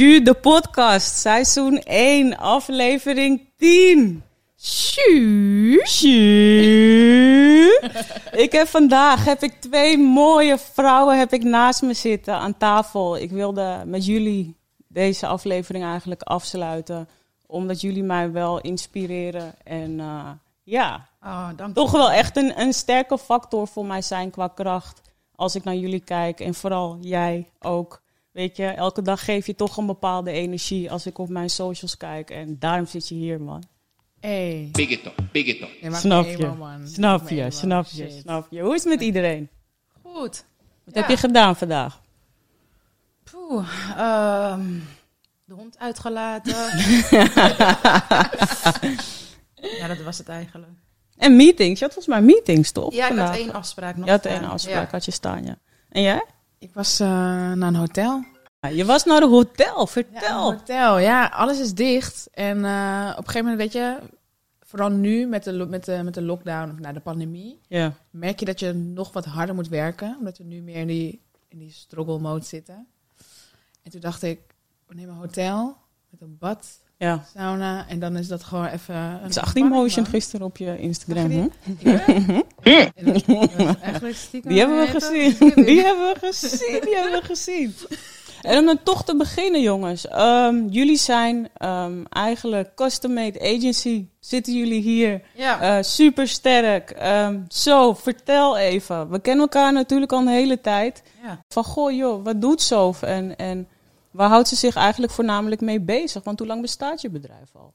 Jus, de podcast, seizoen 1, aflevering 10. Jus. Ik heb vandaag twee mooie vrouwen naast me zitten aan tafel. Ik wilde met jullie deze aflevering eigenlijk afsluiten, omdat jullie mij wel inspireren en toch wel echt een sterke factor voor mij zijn qua kracht als ik naar jullie kijk. En vooral jij ook. Weet je, elke dag geef je toch een bepaalde energie als ik op mijn socials kijk. En daarom zit je hier, man. Hey. Big it up. Snap je. Hoe is het met iedereen? Goed. Wat heb je gedaan vandaag? De hond uitgelaten. Ja, dat was het eigenlijk. En meetings. Je had volgens mij meetings, toch? Ja, ik vandaag? had 1 afspraak nog. Je had 1 afspraak, had je staan, ja. En jij? Ik was naar een hotel. Ja, je was naar een hotel, vertel. Ja, een hotel. Ja, alles is dicht. En op een gegeven moment, weet je, vooral nu met de lockdown of de pandemie, Ja. merk je dat je nog wat harder moet werken. Omdat we nu meer in die struggle mode zitten. En toen dacht ik, we nemen een hotel met een bad, Ja. sauna. En dan is dat gewoon even... Ik zag die motion gisteren op je Instagram. Hè? Eigenlijk stiekem Die hebben we gezien. Die hebben we gezien. En om dan toch te beginnen, jongens. Jullie zijn eigenlijk custom-made agency. Zitten jullie hier. Ja. Super sterk. Zo, vertel even. We kennen elkaar natuurlijk al een hele tijd. Ja. Van, goh joh, wat doet Sof? En waar houdt ze zich eigenlijk voornamelijk mee bezig? Want hoe lang bestaat je bedrijf al?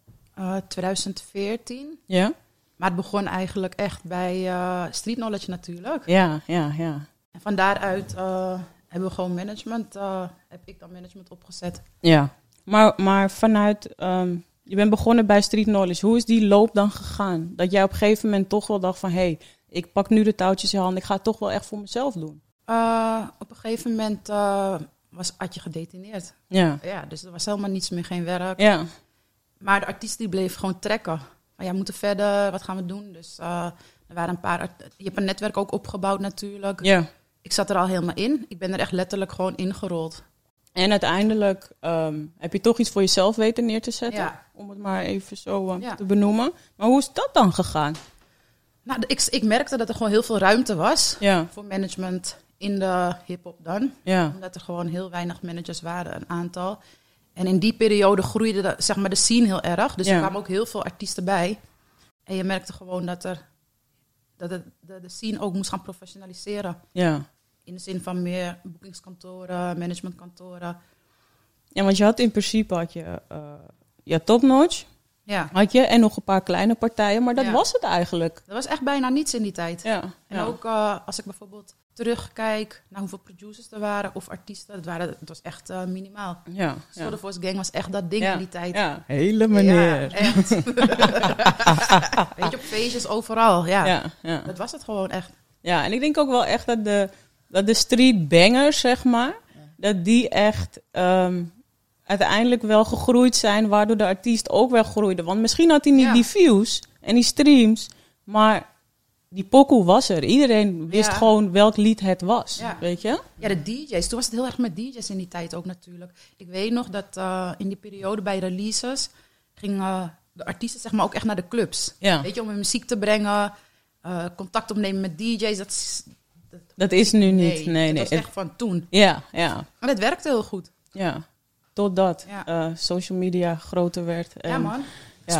2014. Ja? Maar het begon eigenlijk echt bij Street Knowledge natuurlijk. Ja. En van daaruit hebben we gewoon management. Heb ik dan management opgezet. Ja, maar vanuit, je bent begonnen bij Street Knowledge. Hoe is die loop dan gegaan? Dat jij op een gegeven moment toch wel dacht van, hé, ik pak nu de touwtjes in handen. Ik ga het toch wel echt voor mezelf doen. Op een gegeven moment had je gedetineerd. Ja. Ja, dus er was helemaal niets meer, geen werk. Ja. Maar de artiest die bleef gewoon trekken. Ja, we moeten verder, wat gaan we doen? Dus er waren een paar... Je hebt een netwerk ook opgebouwd natuurlijk. Ja. Ik zat er al helemaal in. Ik ben er echt letterlijk gewoon ingerold. En uiteindelijk heb je toch iets voor jezelf weten neer te zetten. Ja. Om het maar even zo Ja. te benoemen. Maar hoe is dat dan gegaan? Nou, ik merkte dat er gewoon heel veel ruimte was Ja. voor management in de hip-hop dan. Ja. Omdat er gewoon heel weinig managers waren, een aantal. En in die periode groeide de scene heel erg. Dus Ja. er kwamen ook heel veel artiesten bij. En je merkte gewoon dat de scene ook moest gaan professionaliseren. Ja. In de zin van meer boekingskantoren, managementkantoren. Ja, want je had in principe Top Notch. Ja, Had je en nog een paar kleine partijen. Maar dat Ja. was het eigenlijk. er was echt bijna niets in die tijd. Ja. En ook als ik bijvoorbeeld terugkijk naar hoeveel producers er waren of artiesten. Het was echt minimaal. Ja. Soul The Force Gang was echt dat ding in die tijd. Ja, hele meneer. Ja, echt. Weet je, op feestjes overal. Ja. Ja. Dat was het gewoon echt. Ja, en ik denk ook wel echt dat de street bangers, zeg maar, dat die echt uiteindelijk wel gegroeid zijn, waardoor de artiest ook wel groeide. Want misschien had hij niet Ja. die views en die streams, maar die pokoe was er. Iedereen wist Ja. gewoon welk lied het was, Ja. weet je? Ja, de DJ's. Toen was het heel erg met DJ's in die tijd ook natuurlijk. Ik weet nog dat in die periode bij releases gingen de artiesten zeg maar ook echt naar de clubs. Ja. Weet je, om hun muziek te brengen, contact opnemen met DJ's. Dat is nu niet. Nee. Dat was echt van toen. Ja. Maar het werkte heel goed. Ja. Totdat Ja. social media groter werd. Ja, En man. ja.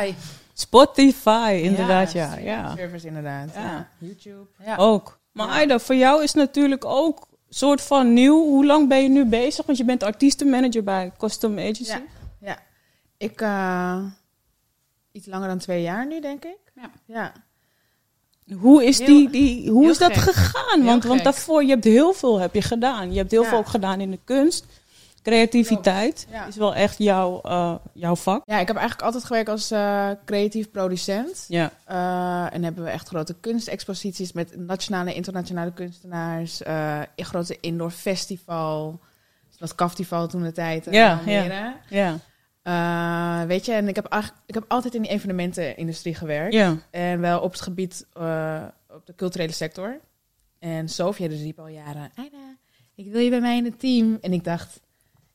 Spotify. Inderdaad, ja. Servers inderdaad. Ja. Ja. YouTube. Ja. Ook. Maar Aida, voor jou is het natuurlijk ook soort van nieuw. Hoe lang ben je nu bezig? Want je bent artiestenmanager bij Custom Agency. Ja. Ik iets langer dan 2 jaar nu, denk ik. Ja. Hoe is, hoe is dat gek. gegaan? Heel Want gek. daarvoor, je hebt heel veel gedaan. Je hebt heel veel ook gedaan in de kunst. Creativiteit Ja. is wel echt jouw vak. Ja, ik heb eigenlijk altijd gewerkt als creatief producent. Ja. En hebben we echt grote kunstexposities met nationale en internationale kunstenaars. Een grote indoor festival. Dat Kaftival toen de tijd. Ja. Weet je, en ik heb altijd in die evenementenindustrie gewerkt. Ja. En wel op het gebied, op de culturele sector. En Sofia dus riep al jaren, Aida, ik wil je bij mij in het team. En ik dacht,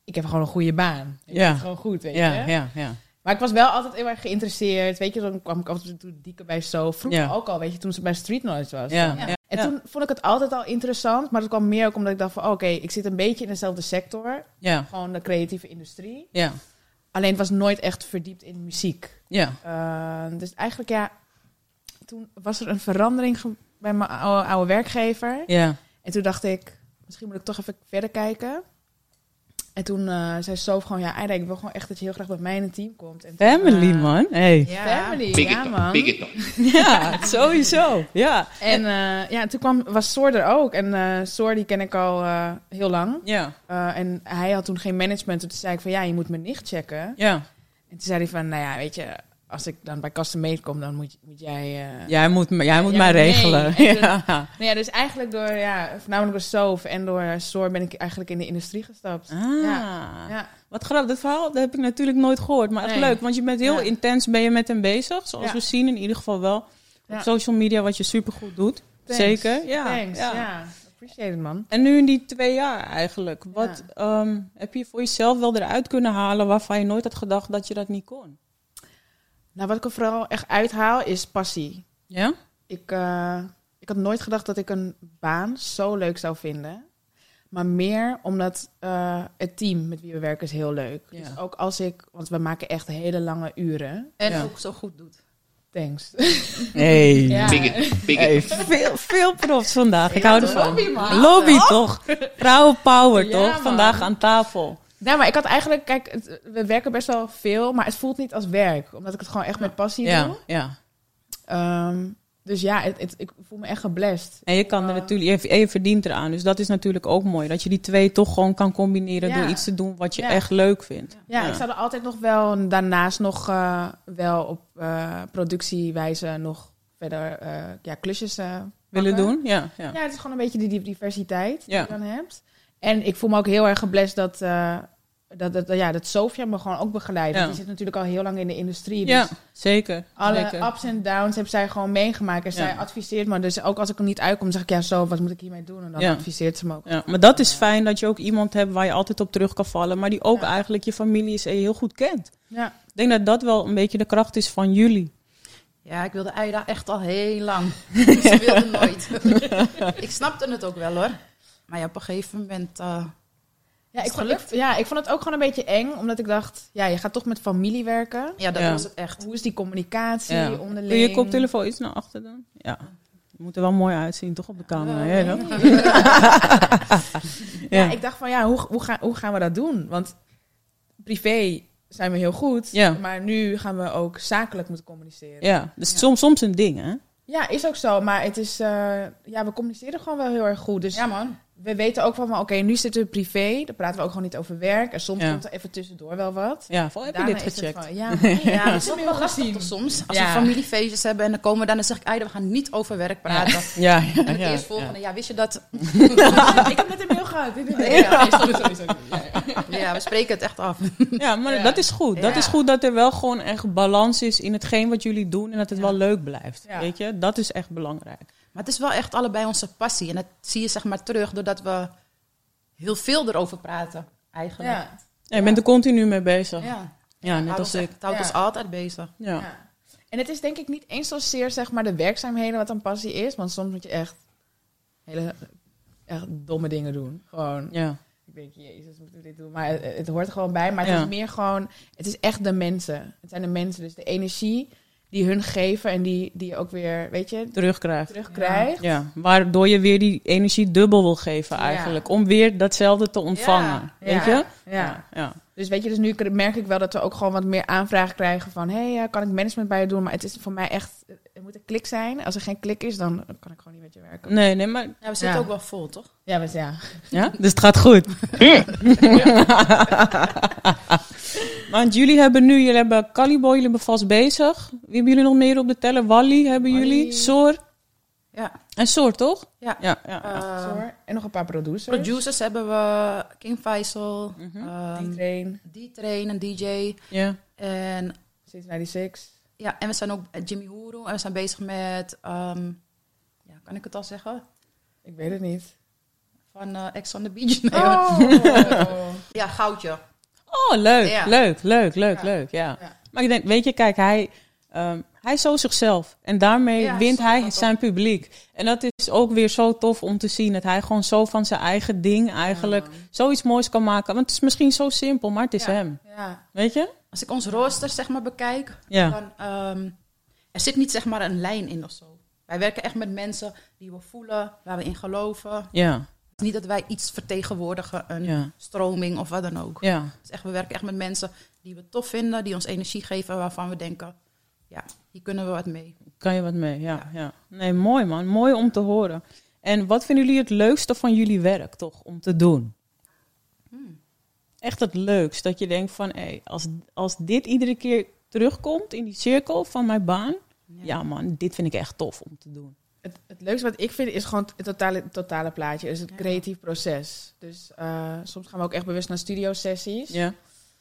ik heb gewoon een goede baan. Ik Ja. vind het gewoon goed, weet je. Ja. Maar ik was wel altijd heel erg geïnteresseerd. Weet je, dan kwam ik af en toe dieke bij zo. Vroeger ook al, weet je, toen ze bij Street Knowledge was. Ja. En toen vond ik het altijd al interessant. Maar dat kwam meer ook omdat ik dacht van... Oké, ik zit een beetje in dezelfde sector. Ja. Gewoon de creatieve industrie. Ja. Alleen het was nooit echt verdiept in muziek. Ja. Dus eigenlijk toen was er een verandering bij mijn oude werkgever. Ja. En toen dacht ik, misschien moet ik toch even verder kijken. En toen zei Sof gewoon, ja, Aida, ik wil gewoon echt dat je heel graag bij mij in een team komt. En Family, man. Hey. Family, ja, man. Ja, sowieso. Ja. En toen was Soor er ook. En Soor, die ken ik al heel lang. Ja. En hij had toen geen management. Toen zei ik van, ja, je moet mijn nicht checken. Ja. En toen zei hij van, nou ja, weet je... Als ik dan bij Custom Made kom, dan moet jij... Jij moet mij regelen. Nee. Ja. Nou ja, dus eigenlijk voornamelijk door Sof en door Soor ben ik eigenlijk in de industrie gestapt. Ah. Ja. Wat grappig, dat verhaal dat heb ik natuurlijk nooit gehoord. Maar echt leuk, want je bent heel intens met hem bezig. Zoals we zien in ieder geval wel. Op social media, wat je supergoed doet. Thanks. Zeker. Ja. Thanks, ja. Appreciate it, man. En nu in die 2 jaar eigenlijk. Wat heb je voor jezelf wel eruit kunnen halen waarvan je nooit had gedacht dat je dat niet kon? Nou, wat ik er vooral echt uithaal is passie. Ja? Ik had nooit gedacht dat ik een baan zo leuk zou vinden. Maar meer omdat het team met wie we werken is heel leuk. Ja. Dus ook want we maken echt hele lange uren. En ook zo goed doet. Thanks. Hey. Ja. Hey, veel profs vandaag. Ik hou ervan. lobby, man. Lobby, toch? Vrouwenpower, Ja, toch? man. Vandaag aan tafel. Nou, maar ik had eigenlijk... Kijk, we werken best wel veel, maar het voelt niet als werk. Omdat ik het gewoon echt met passie doe. Ja. Dus ja, ik voel me echt geblest. En je kan er natuurlijk, je verdient eraan. Dus dat is natuurlijk ook mooi. Dat je die 2 toch gewoon kan combineren door iets te doen wat je echt leuk vindt. Ja, ik zou er altijd nog wel, daarnaast nog wel op productiewijze nog verder klusjes Willen pakken. doen? Ja. Ja, het is gewoon een beetje die diversiteit die Ja. je dan hebt. En ik voel me ook heel erg geblest dat Sofia me gewoon ook begeleidt. Ja. Die zit natuurlijk al heel lang in de industrie. Dus Ja, zeker. alle Zeker. ups en downs heeft zij gewoon meegemaakt. En zij adviseert me. Dus ook als ik er niet uitkom, zeg ik, ja, zo, wat moet ik hiermee doen? En dan adviseert ze me ook. Ja, maar dat is fijn dat je ook iemand hebt waar je altijd op terug kan vallen. Maar die ook eigenlijk je familie is en je heel goed kent. Ja. Ik denk dat dat wel een beetje de kracht is van jullie. Ja, ik wilde Aida echt al heel lang. Ze wilde nooit. Ik snapte het ook wel hoor. Maar ja, op een gegeven moment... Ik vond het ook gewoon een beetje eng. Omdat ik dacht, ja, je gaat toch met familie werken. Ja, dat was het echt. Hoe is die communicatie onderling? Kun je je koptelefoon iets naar achter dan? Ja. Je moet er wel mooi uitzien, toch op de camera? Ja, Ja, ik dacht van, ja, hoe gaan we dat doen? Want privé zijn we heel goed. Ja. Maar nu gaan we ook zakelijk moeten communiceren. Ja, dus soms een ding, hè? Ja, is ook zo. Maar het is, we communiceren gewoon wel heel erg goed. Dus Ja man. we weten ook van, oké, nu zitten we privé. Dan praten we ook gewoon niet over werk. En soms komt er even tussendoor wel wat. Ja, heb je Daarna dit is het gecheckt? van, ja, Ja, dat is ook wel lastig toch soms. Als we familiefeestjes hebben en dan komen we dan zeg ik, Aida, we gaan niet over werk praten. Ja. En het eerstvolgende, wist je dat? ik heb net een mail gehad. Sorry. Ja, we spreken het echt af. Ja, maar dat is goed. Dat is goed dat er wel gewoon echt balans is in hetgeen wat jullie doen. En dat het wel leuk blijft. Ja. Weet je, dat is echt belangrijk. Maar het is wel echt allebei onze passie. En dat zie je zeg maar terug doordat we heel veel erover praten eigenlijk. Ja. Ja, je bent er continu mee bezig. Ja. Ja, net als ik. Het houdt ons altijd bezig. Ja. Ja. En het is denk ik niet eens zozeer zeg maar de werkzaamheden wat een passie is. Want soms moet je echt domme dingen doen. Gewoon, Ja. ik denk, jezus, moeten we dit doen? Maar het hoort er gewoon bij. Maar het is meer gewoon, het is echt de mensen. Het zijn de mensen, dus de energie die hun geven en die je ook weer, weet je, terugkrijgt. Ja, waardoor je weer die energie dubbel wil geven eigenlijk. Om weer datzelfde te ontvangen. Weet je? Ja. Dus weet je, dus nu merk ik wel dat we ook gewoon wat meer aanvragen krijgen van, kan ik management bij je doen? Maar het is voor mij echt, er moet een klik zijn. Als er geen klik is, dan kan ik gewoon niet met je werken. Nee, maar... Ja, we zitten ook wel vol, toch? Ja, Ja? Dus het gaat goed. Want jullie hebben Calibo, jullie hebben vast bezig. Wie hebben jullie nog meer op de teller? Wally hebben jullie, Soor. Ja. En Soor, toch? Ja. Sorry. En nog een paar producers. Producers hebben we King Faisal, D-Train, een DJ. Ja. En, Since 96. Ja, en we zijn ook Jimmy Huru. En we zijn bezig met, kan ik het al zeggen? Ik weet het niet. van Ex on the Beach. Nee, ja, Goudje. Oh, leuk, Ja. leuk. Ja. Maar ik denk, weet je, kijk, hij is zo zichzelf. En daarmee wint hij zijn publiek. En dat is ook weer zo tof om te zien. Dat hij gewoon zo van zijn eigen ding eigenlijk zoiets moois kan maken. Want het is misschien zo simpel, maar het is hem. Ja. Weet je? Als ik ons rooster zeg maar bekijk, dan er zit niet zeg maar een lijn in of zo. Wij werken echt met mensen die we voelen, waar we in geloven. Ja. Het is niet dat wij iets vertegenwoordigen, een stroming of wat dan ook. Ja. Het is echt, we werken echt met mensen die we tof vinden, die ons energie geven, waarvan we denken, ja, hier kunnen we wat mee. Kan je wat mee, ja. Nee, mooi man. Mooi om te horen. En wat vinden jullie het leukste van jullie werk toch, om te doen? Echt het leukst, dat je denkt van, als dit iedere keer terugkomt in die cirkel van mijn baan, ja man, dit vind ik echt tof om te doen. Het leukste wat ik vind is gewoon het totale plaatje. Dus het creatief proces. Dus soms gaan we ook echt bewust naar studiosessies. Ja.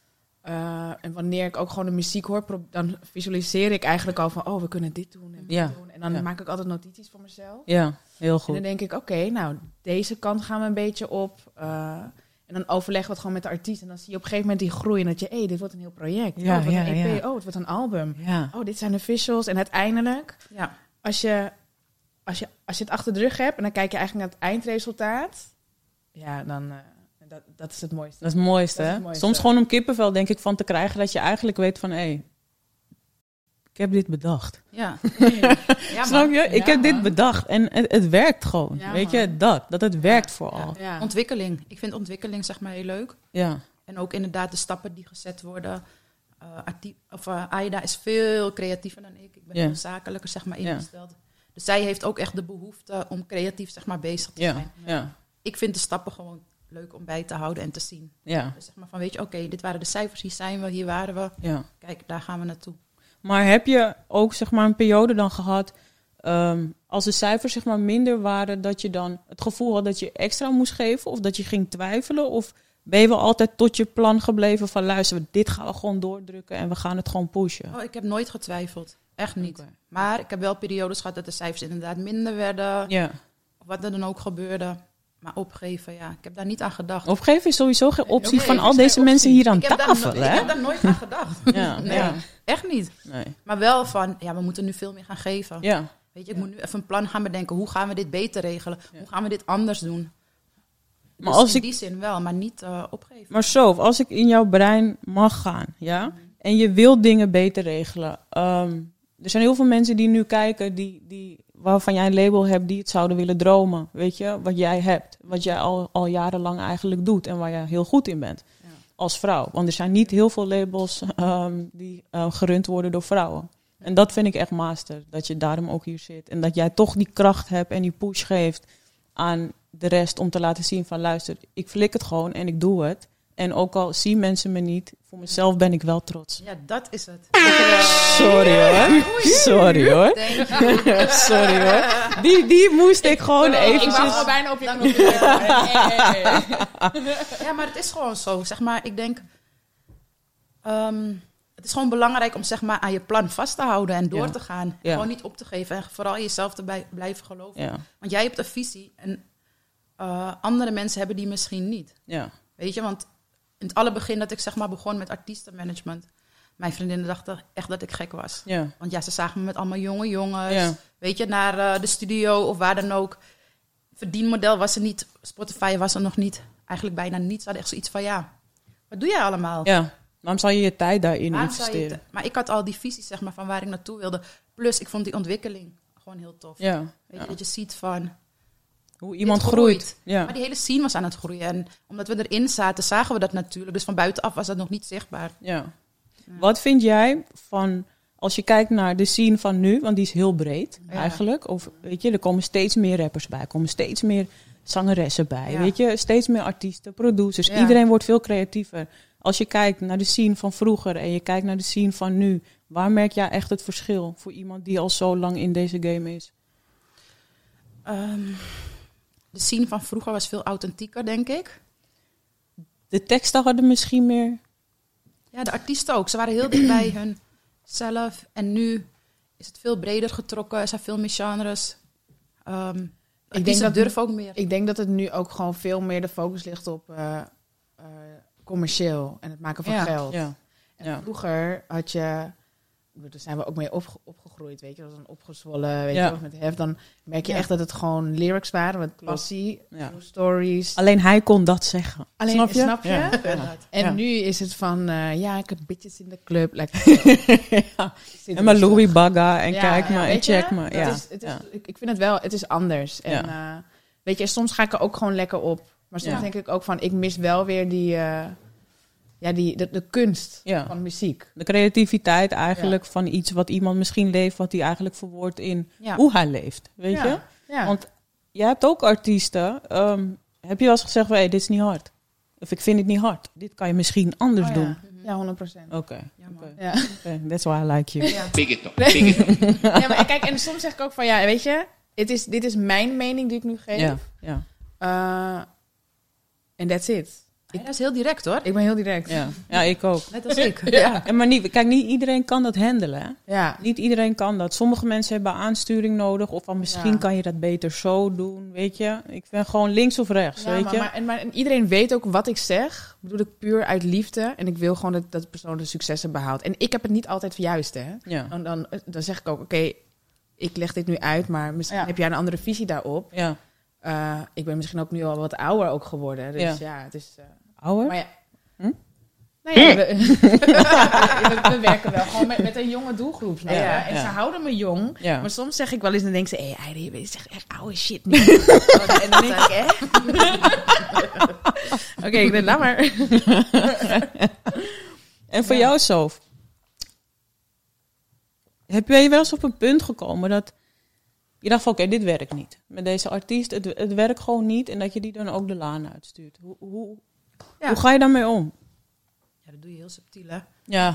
En wanneer ik ook gewoon de muziek hoor, dan visualiseer ik eigenlijk al van, we kunnen dit doen en dit doen. En dan maak ik altijd notities voor mezelf. Ja, heel goed. En dan denk ik, oké, nou, deze kant gaan we een beetje op. En dan overleggen we het gewoon met de artiest. En dan zie je op een gegeven moment die groei. En dat je, dit wordt een heel project. Ja, het wordt een EP. ja. Het wordt een album. Ja. Dit zijn de visuals. En uiteindelijk, als je het achter de rug hebt en dan kijk je eigenlijk naar het eindresultaat, ja, dan dat is het mooiste. Dat is het mooiste, hè? Soms gewoon om kippenvel, denk ik, van te krijgen dat je eigenlijk weet van, ik heb dit bedacht. Ja. Snap je? Ik heb dit bedacht en het werkt gewoon. Ja, weet je, dat het werkt vooral. Ja. Ja. Ontwikkeling. Ik vind ontwikkeling zeg maar heel leuk. Ja. En ook inderdaad de stappen die gezet worden. Aida is veel creatiever dan ik. Ik ben heel zakelijker zeg maar ingesteld. Dus zij heeft ook echt de behoefte om creatief zeg maar bezig te zijn. Ja. Ik vind de stappen gewoon leuk om bij te houden en te zien. Ja. Dus zeg maar van, weet je, oké, dit waren de cijfers, hier zijn we, hier waren we. Ja. Kijk, daar gaan we naartoe. Maar heb je ook zeg maar een periode dan gehad, als de cijfers zeg maar minder waren, dat je dan het gevoel had dat je extra moest geven of dat je ging twijfelen? Of ben je wel altijd tot je plan gebleven van, luister, dit gaan we gewoon doordrukken en we gaan het gewoon pushen? Oh, ik heb nooit getwijfeld. Echt niet. Okay. Maar ik heb wel periodes gehad dat de cijfers inderdaad minder werden. Ja. Of wat er dan ook gebeurde. Maar opgeven, ik heb daar niet aan gedacht. Opgeven is sowieso geen optie van al deze mensen hier aan tafel, hè? Ik heb daar nooit aan gedacht. Nee, echt niet. Nee. Maar wel van, we moeten nu veel meer gaan geven. Ja. Weet je, ik moet nu even een plan gaan bedenken. Hoe gaan we dit beter regelen? Hoe gaan we dit anders doen? Maar dus als in die zin wel, maar niet opgeven. Maar zo, als ik in jouw brein mag gaan, en je wilt dingen beter regelen. Er zijn heel veel mensen die nu kijken, waarvan jij een label hebt, die het zouden willen dromen. Weet je, wat jij hebt. Wat jij al jarenlang eigenlijk doet en waar je heel goed in bent. Ja. Als vrouw. Want er zijn niet heel veel labels die gerund worden door vrouwen. En dat vind ik echt master. Dat je daarom ook hier zit. En dat jij toch die kracht hebt en die push geeft aan de rest om te laten zien van, luister, ik flik het gewoon en ik doe het. En ook al zien mensen me niet, voor mezelf ben ik wel trots. Ja, dat is het. Sorry hoor. Sorry hoor. Die moest ik gewoon even. Ik wou gewoon bijna op je knop. Ja, maar het is gewoon zo. Zeg maar, ik denk, het is gewoon belangrijk om zeg maar aan je plan vast te houden en door te gaan. Ja. Gewoon niet op te geven en vooral jezelf erbij blijven geloven. Ja. Want jij hebt een visie en andere mensen hebben die misschien niet. Ja. Weet je, want in het allerbegin dat ik zeg maar begon met artiestenmanagement, mijn vriendinnen dachten echt dat ik gek was. Ja. Want ze zagen me met allemaal jonge jongens, weet je, naar de studio of waar dan ook. Verdienmodel was er niet, Spotify was er nog niet, eigenlijk bijna niet. Ze hadden echt zoiets van, wat doe jij allemaal? Ja, waarom zou je je tijd daarin investeren? Maar ik had al die visies zeg maar van waar ik naartoe wilde. Plus ik vond die ontwikkeling gewoon heel tof. Ja. Weet je, dat je ziet van hoe iemand groeit. Ja. Maar die hele scene was aan het groeien. En omdat we erin zaten, zagen we dat natuurlijk. Dus van buitenaf was dat nog niet zichtbaar. Ja. Wat vind jij van, als je kijkt naar de scene van nu, want die is heel breed eigenlijk. Of weet je, er komen steeds meer rappers bij, er komen steeds meer zangeressen bij. Weet je, steeds meer artiesten, producers. Ja. Iedereen wordt veel creatiever. Als je kijkt naar de scene van vroeger en je kijkt naar de scene van nu, waar merk jij echt het verschil voor iemand die al zo lang in deze game is? De scene van vroeger was veel authentieker, denk ik. De teksten hadden misschien meer... Ja, de artiesten ook. Ze waren heel dicht bij hunzelf. En nu is het veel breder getrokken. Er zijn veel meer genres. artiesten durven ook meer. Ik denk dat het nu ook gewoon veel meer de focus ligt op commercieel en het maken van geld. Ja. En vroeger had je... Daar zijn we ook mee opgegroeid, weet je. Dat was dan opgezwollen, weet je, met hef. Dan merk je echt dat het gewoon lyrics waren, met passie, stories. Alleen hij kon dat zeggen. Snap je? Ja. En nu is het van, ik heb bitches in de club. Like, en maar Louis Bagga en kijk maar en check maar. Ik vind het wel, het is anders. En weet je, soms ga ik er ook gewoon lekker op. Maar soms denk ik ook van, ik mis wel weer de kunst van muziek. De creativiteit eigenlijk van iets wat iemand misschien leeft, wat hij eigenlijk verwoordt in hoe hij leeft. Weet je? Ja. Want jij hebt ook artiesten. Heb je wel eens gezegd, hey, dit is niet hard? Of ik vind het niet hard. Dit kan je misschien anders doen. Ja, 100%. Oké. That's why I like you. Big it up. Ja, maar kijk, en soms zeg ik ook van, weet je, dit is mijn mening die ik nu geef. En that's it. Dat is heel direct, hoor. Ik ben heel direct. Ja, ik ook. Net als ik. Ja. Maar niet iedereen kan dat handelen. Hè? Ja. Niet iedereen kan dat. Sommige mensen hebben aansturing nodig. Of misschien kan je dat beter zo doen, weet je. Ik ben gewoon links of rechts, weet je. Maar iedereen weet ook wat ik zeg. Bedoel ik puur uit liefde. En ik wil gewoon dat de persoon de successen behaalt. En ik heb het niet altijd juist, hè. Ja. Dan zeg ik ook, oké, ik leg dit nu uit. Maar misschien heb jij een andere visie daarop. Ja. Ik ben misschien ook nu al wat ouder ook geworden. Dus het is... ouder? Maar we werken wel gewoon met een jonge doelgroep. En ze houden me jong. Ja. Maar soms zeg ik wel eens, dan denken ze... Hey, je zegt echt oude shit nu. En dan denk ik, Oké, ik denk, laat maar. En voor jou, Sof? Heb je wel eens op een punt gekomen dat... Je dacht van, oké, dit werkt niet. Met deze artiest, het werkt gewoon niet. En dat je die dan ook de laan uitstuurt. Hoe ga je daarmee om? Ja, dat doe je heel subtiel, hè? Ja.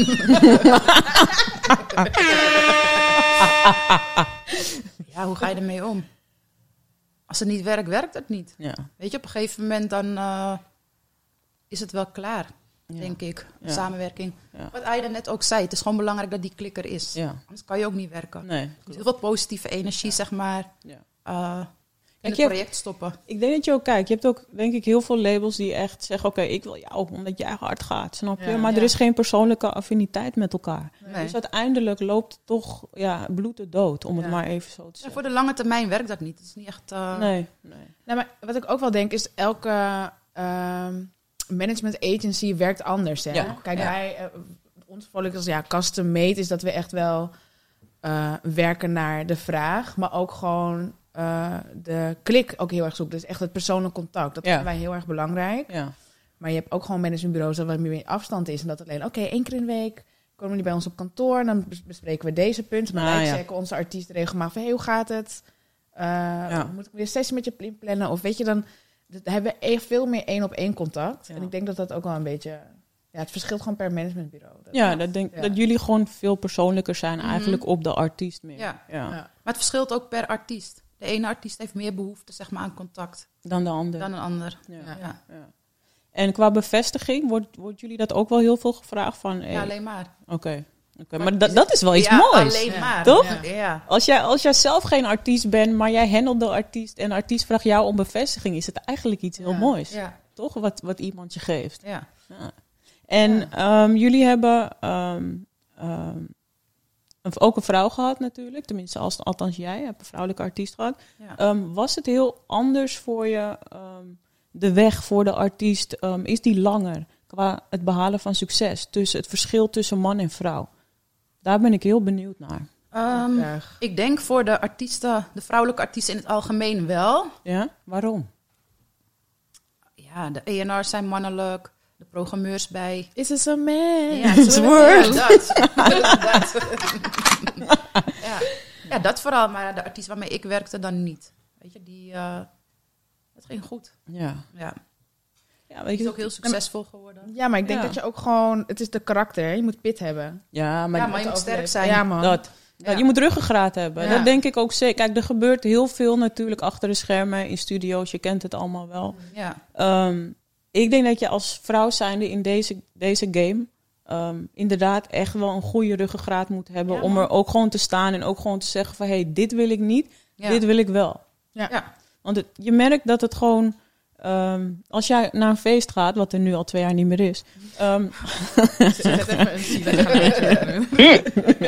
Ja, hoe ga je ermee om? Als het niet werkt, werkt het niet. Ja. Weet je, op een gegeven moment dan is het wel klaar, denk ik. De samenwerking. Ja. Wat Aida net ook zei, het is gewoon belangrijk dat die klikker is. Ja. Anders kan je ook niet werken. Nee, er is heel veel positieve energie, zeg maar. Ja. In het project stoppen. Ik denk dat je ook kijkt. Je hebt ook, denk ik, heel veel labels die echt zeggen... Oké, ik wil jou, omdat jij hard gaat, snap je? Maar er is geen persoonlijke affiniteit met elkaar. Nee. Dus uiteindelijk loopt het toch bloed de dood, om het maar even zo te zeggen. Voor de lange termijn werkt dat niet. Het is niet echt... Nee. Nou, maar wat ik ook wel denk, is elke management agency werkt anders. Hè? Ja. Kijk, wij, ons volk is custom made, is dat we echt wel werken naar de vraag, maar ook gewoon... de klik ook heel erg zoeken. Dus echt het persoonlijk contact. Dat vinden wij heel erg belangrijk. Ja. Maar je hebt ook gewoon managementbureaus dat wat meer afstand is. En dat alleen, 1 keer in de week komen die bij ons op kantoor. En dan bespreken we deze punten. Maar wij checken onze artiesten regelmatig van... hoe gaat het? Moet ik weer een sessie met je plannen? Of weet je, dan hebben we veel meer 1-op-1 contact. Ja. En ik denk dat dat ook wel een beetje... Ja, het verschilt gewoon per managementbureau. Dat jullie gewoon veel persoonlijker zijn eigenlijk op de artiest meer. Ja. Maar het verschilt ook per artiest. De ene artiest heeft meer behoefte, zeg maar, aan contact. Dan de ander. Dan een ander. Ja. En qua bevestiging, wordt jullie dat ook wel heel veel gevraagd van? Ja, alleen maar. Oké. Maar dat is wel iets moois. Alleen maar. Toch? Ja. Als jij zelf geen artiest bent, maar jij handelt de artiest... en de artiest vraagt jou om bevestiging... is het eigenlijk iets heel moois. Ja. Toch? Wat iemand je geeft. Ja. En jullie hebben... ook een vrouw gehad natuurlijk. Tenminste, althans jij hebt een vrouwelijke artiest gehad. Ja. Was het heel anders voor je? De weg voor de artiest, is die langer? Qua het behalen van succes. Het verschil tussen man en vrouw. Daar ben ik heel benieuwd naar. Ik denk voor de artiesten, de vrouwelijke artiesten in het algemeen wel. Ja, waarom? Ja, de A&R's zijn mannelijk. De programmeurs bij... Is it a man? Ja, dat. Dat vooral. Maar de artiest waarmee ik werkte dan niet. Weet je, dat ging goed. Ja. Ja, weet je, is ook heel succesvol geworden. Ja, maar ik denk dat je ook gewoon... Het is de karakter. Je moet pit hebben. Ja, maar je moet sterk zijn. Ja, man. Je moet ruggengraat hebben. Ja. Dat denk ik ook zeker. Kijk, er gebeurt heel veel natuurlijk achter de schermen in studio's. Je kent het allemaal wel. Ja. Ik denk dat je als vrouw zijnde in deze game... inderdaad echt wel een goede ruggengraat moet hebben... om er ook gewoon te staan en ook gewoon te zeggen van... dit wil ik niet, dit wil ik wel. Ja. Want je merkt dat het gewoon... als jij naar een feest gaat, wat er nu al 2 jaar niet meer is... Zet even een zielig.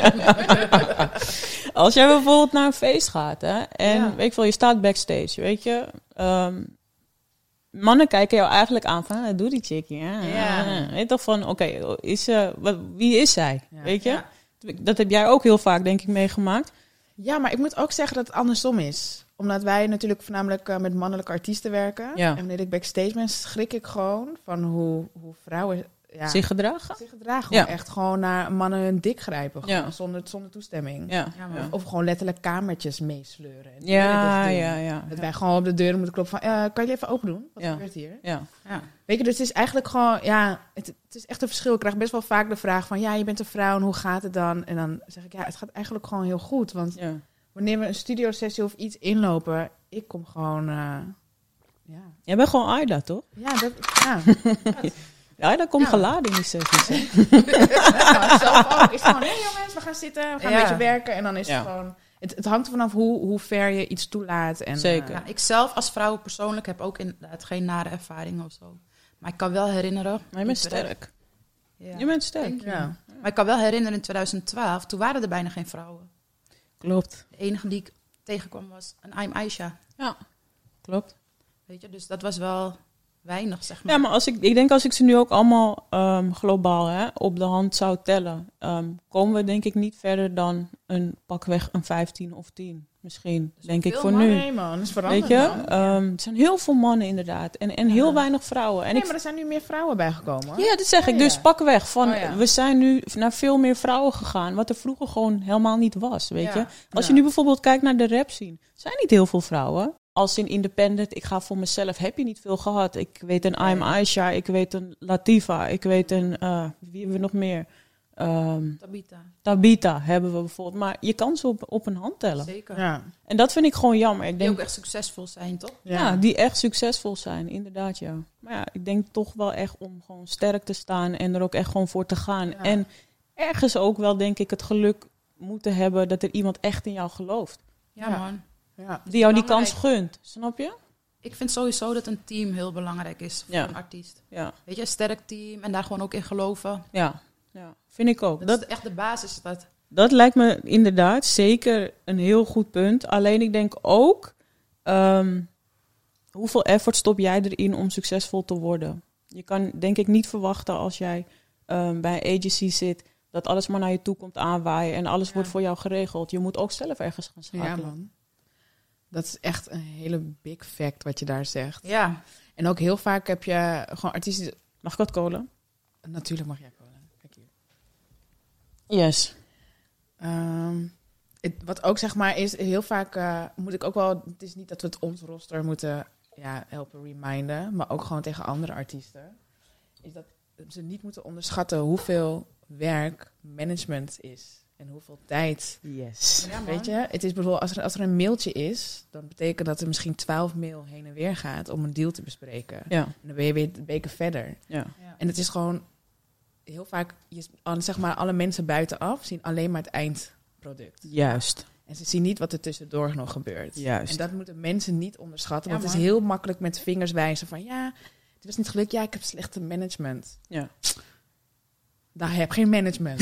Als jij bijvoorbeeld naar een feest gaat, hè, en weet ik veel, je staat backstage, weet je... mannen kijken jou eigenlijk aan van, doe die chickie. Ja. Weet toch van, oké, wie is zij? Ja. Weet je? Ja. Dat heb jij ook heel vaak, denk ik, meegemaakt. Ja, maar ik moet ook zeggen dat het andersom is. Omdat wij natuurlijk voornamelijk met mannelijke artiesten werken. Ja. En wanneer ik backstage ben, schrik ik gewoon van hoe vrouwen... zich gedragen? Zich gedragen. Echt gewoon naar mannen hun dik grijpen. Zonder toestemming. Ja. Of gewoon letterlijk kamertjes meesleuren. Dat wij gewoon op de deuren moeten kloppen van... kan je even open doen? Wat gebeurt hier? Ja. Weet je, dus het is eigenlijk gewoon... Het is echt een verschil. Ik krijg best wel vaak de vraag van... je bent een vrouw en hoe gaat het dan? En dan zeg ik, het gaat eigenlijk gewoon heel goed. Want wanneer we een studiosessie of iets inlopen... Ik kom gewoon... Jij bent gewoon Aida, toch? Ja, dat komt geladen in die sessies. Zelf ook. Is gewoon, jongens, we gaan zitten, we gaan een beetje werken. En dan is het gewoon... Het hangt er vanaf hoe ver je iets toelaat. En, zeker. Ik zelf als vrouw persoonlijk heb ook inderdaad geen nare ervaringen of zo. Maar ik kan wel herinneren... Maar je bent sterk. Ja. Je bent sterk. Ja. Maar ik kan wel herinneren in 2012, toen waren er bijna geen vrouwen. Klopt. De enige die ik tegenkwam was een I'm Aisha. Ja, klopt. Weet je, dus dat was wel... weinig, zeg maar. Ja, maar ik denk als ik ze nu ook allemaal globaal op de hand zou tellen... komen we denk ik niet verder dan pakweg een 15 of 10. Misschien, denk ik, voor nu. Nee man, dat is veranderd. Weet je? Er zijn heel veel mannen inderdaad. En heel weinig vrouwen. En maar er zijn nu meer vrouwen bijgekomen. Hoor. Ja, dat zeg ik. Dus pakweg. We zijn nu naar veel meer vrouwen gegaan... wat er vroeger gewoon helemaal niet was, weet je? Als je nu bijvoorbeeld kijkt naar de rap scene... zijn niet heel veel vrouwen... Als in independent, ik ga voor mezelf, heb je niet veel gehad. Ik weet een I'm Aisha, ik weet een Latifa, ik weet een, wie hebben we nog meer? Tabita hebben we bijvoorbeeld. Maar je kan ze op een hand tellen. Zeker. Ja. En dat vind ik gewoon jammer. Die ook echt succesvol zijn, toch? Ja, die echt succesvol zijn, inderdaad, ja. Maar ja, ik denk toch wel echt om gewoon sterk te staan en er ook echt gewoon voor te gaan. Ja. En ergens ook wel, denk ik, het geluk moeten hebben dat er iemand echt in jou gelooft. Ja, man. Ja, die jou die kans gunt, snap je? Ik vind sowieso dat een team heel belangrijk is voor een artiest. Ja. Weet je, een sterk team en daar gewoon ook in geloven. Ja, vind ik ook. Dat is echt de basis. Dat lijkt me inderdaad zeker een heel goed punt. Alleen ik denk ook, hoeveel effort stop jij erin om succesvol te worden? Je kan denk ik niet verwachten als jij bij een agency zit... dat alles maar naar je toe komt aanwaaien en alles wordt voor jou geregeld. Je moet ook zelf ergens gaan schakelen. Ja, man. Dat is echt een hele big fact wat je daar zegt. Ja. En ook heel vaak heb je gewoon artiesten... Mag ik wat cola? Natuurlijk mag jij cola. Kijk hier. Yes. Wat ook zeg maar is, heel vaak moet ik ook wel... Het is niet dat we het ons roster moeten helpen reminden... maar ook gewoon tegen andere artiesten. Is dat ze niet moeten onderschatten hoeveel werk management is... En hoeveel tijd. Yes. Ja, weet je, het is bijvoorbeeld als er een mailtje is, dan betekent dat er misschien 12 mail heen en weer gaat om een deal te bespreken. Ja. En dan ben je weer weken verder. Ja. En het is gewoon heel vaak, zeg maar, alle mensen buitenaf zien alleen maar het eindproduct. Juist. En ze zien niet wat er tussendoor nog gebeurt. Juist. En dat moeten mensen niet onderschatten, want het is heel makkelijk met vingers wijzen van het was niet gelukt. Ja, ik heb slechte management. Ja. Daar heb geen management.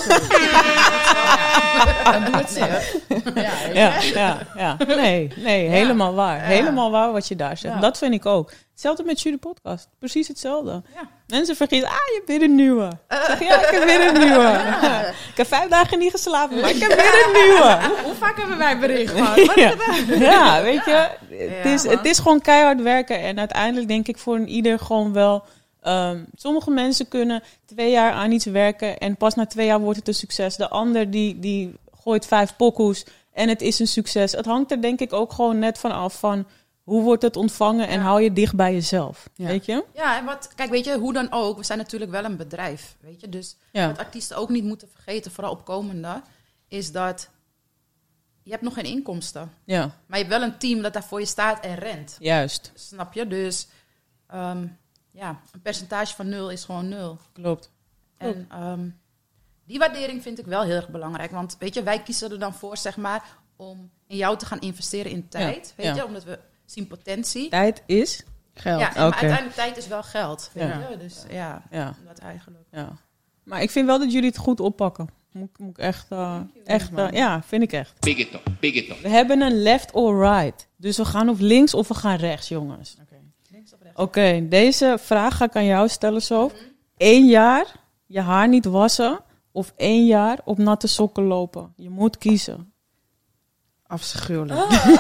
Dan doe het zelf. Ja. Nee, helemaal waar. Ja. Helemaal waar wat je daar zegt. Ja. Dat vind ik ook. Hetzelfde met jullie podcast. Precies hetzelfde. Ja. Mensen vergeten, je hebt weer een nieuwe. Zeg, ik heb weer een nieuwe. Ik heb 5 dagen niet geslapen, maar ik heb weer een nieuwe. Hoe vaak hebben wij bericht gehad? Weet je. Het is gewoon keihard werken. En uiteindelijk denk ik voor ieder gewoon wel... sommige mensen kunnen 2 jaar aan iets werken en pas na 2 jaar wordt het een succes. De ander die gooit 5 pokoes en het is een succes. Het hangt er denk ik ook gewoon net van af van hoe wordt het ontvangen en hou je dicht bij jezelf. Ja. Weet je? Ja, en kijk, weet je, hoe dan ook. We zijn natuurlijk wel een bedrijf, weet je. Dus wat artiesten ook niet moeten vergeten, vooral opkomende, is dat je hebt nog geen inkomsten. Ja. Maar je hebt wel een team dat daar voor je staat en rent. Juist. Snap je? Dus... een percentage van 0 is gewoon 0. Klopt. En die waardering vind ik wel heel erg belangrijk. Want weet je, wij kiezen er dan voor, zeg maar, om in jou te gaan investeren in tijd. Weet je, omdat we zien potentie. Tijd is geld. Ja, maar uiteindelijk tijd is wel geld. Weet je? Dus dat eigenlijk. Ja. Maar ik vind wel dat jullie het goed oppakken. Moet ik echt, vind ik echt. Big it up. We hebben een left or right. Dus we gaan of links of we gaan rechts, jongens. Links of rechts? Oké, deze vraag ga ik aan jou stellen, Sof. 1 jaar je haar niet wassen of 1 jaar op natte sokken lopen. Je moet kiezen. Afschuwelijk.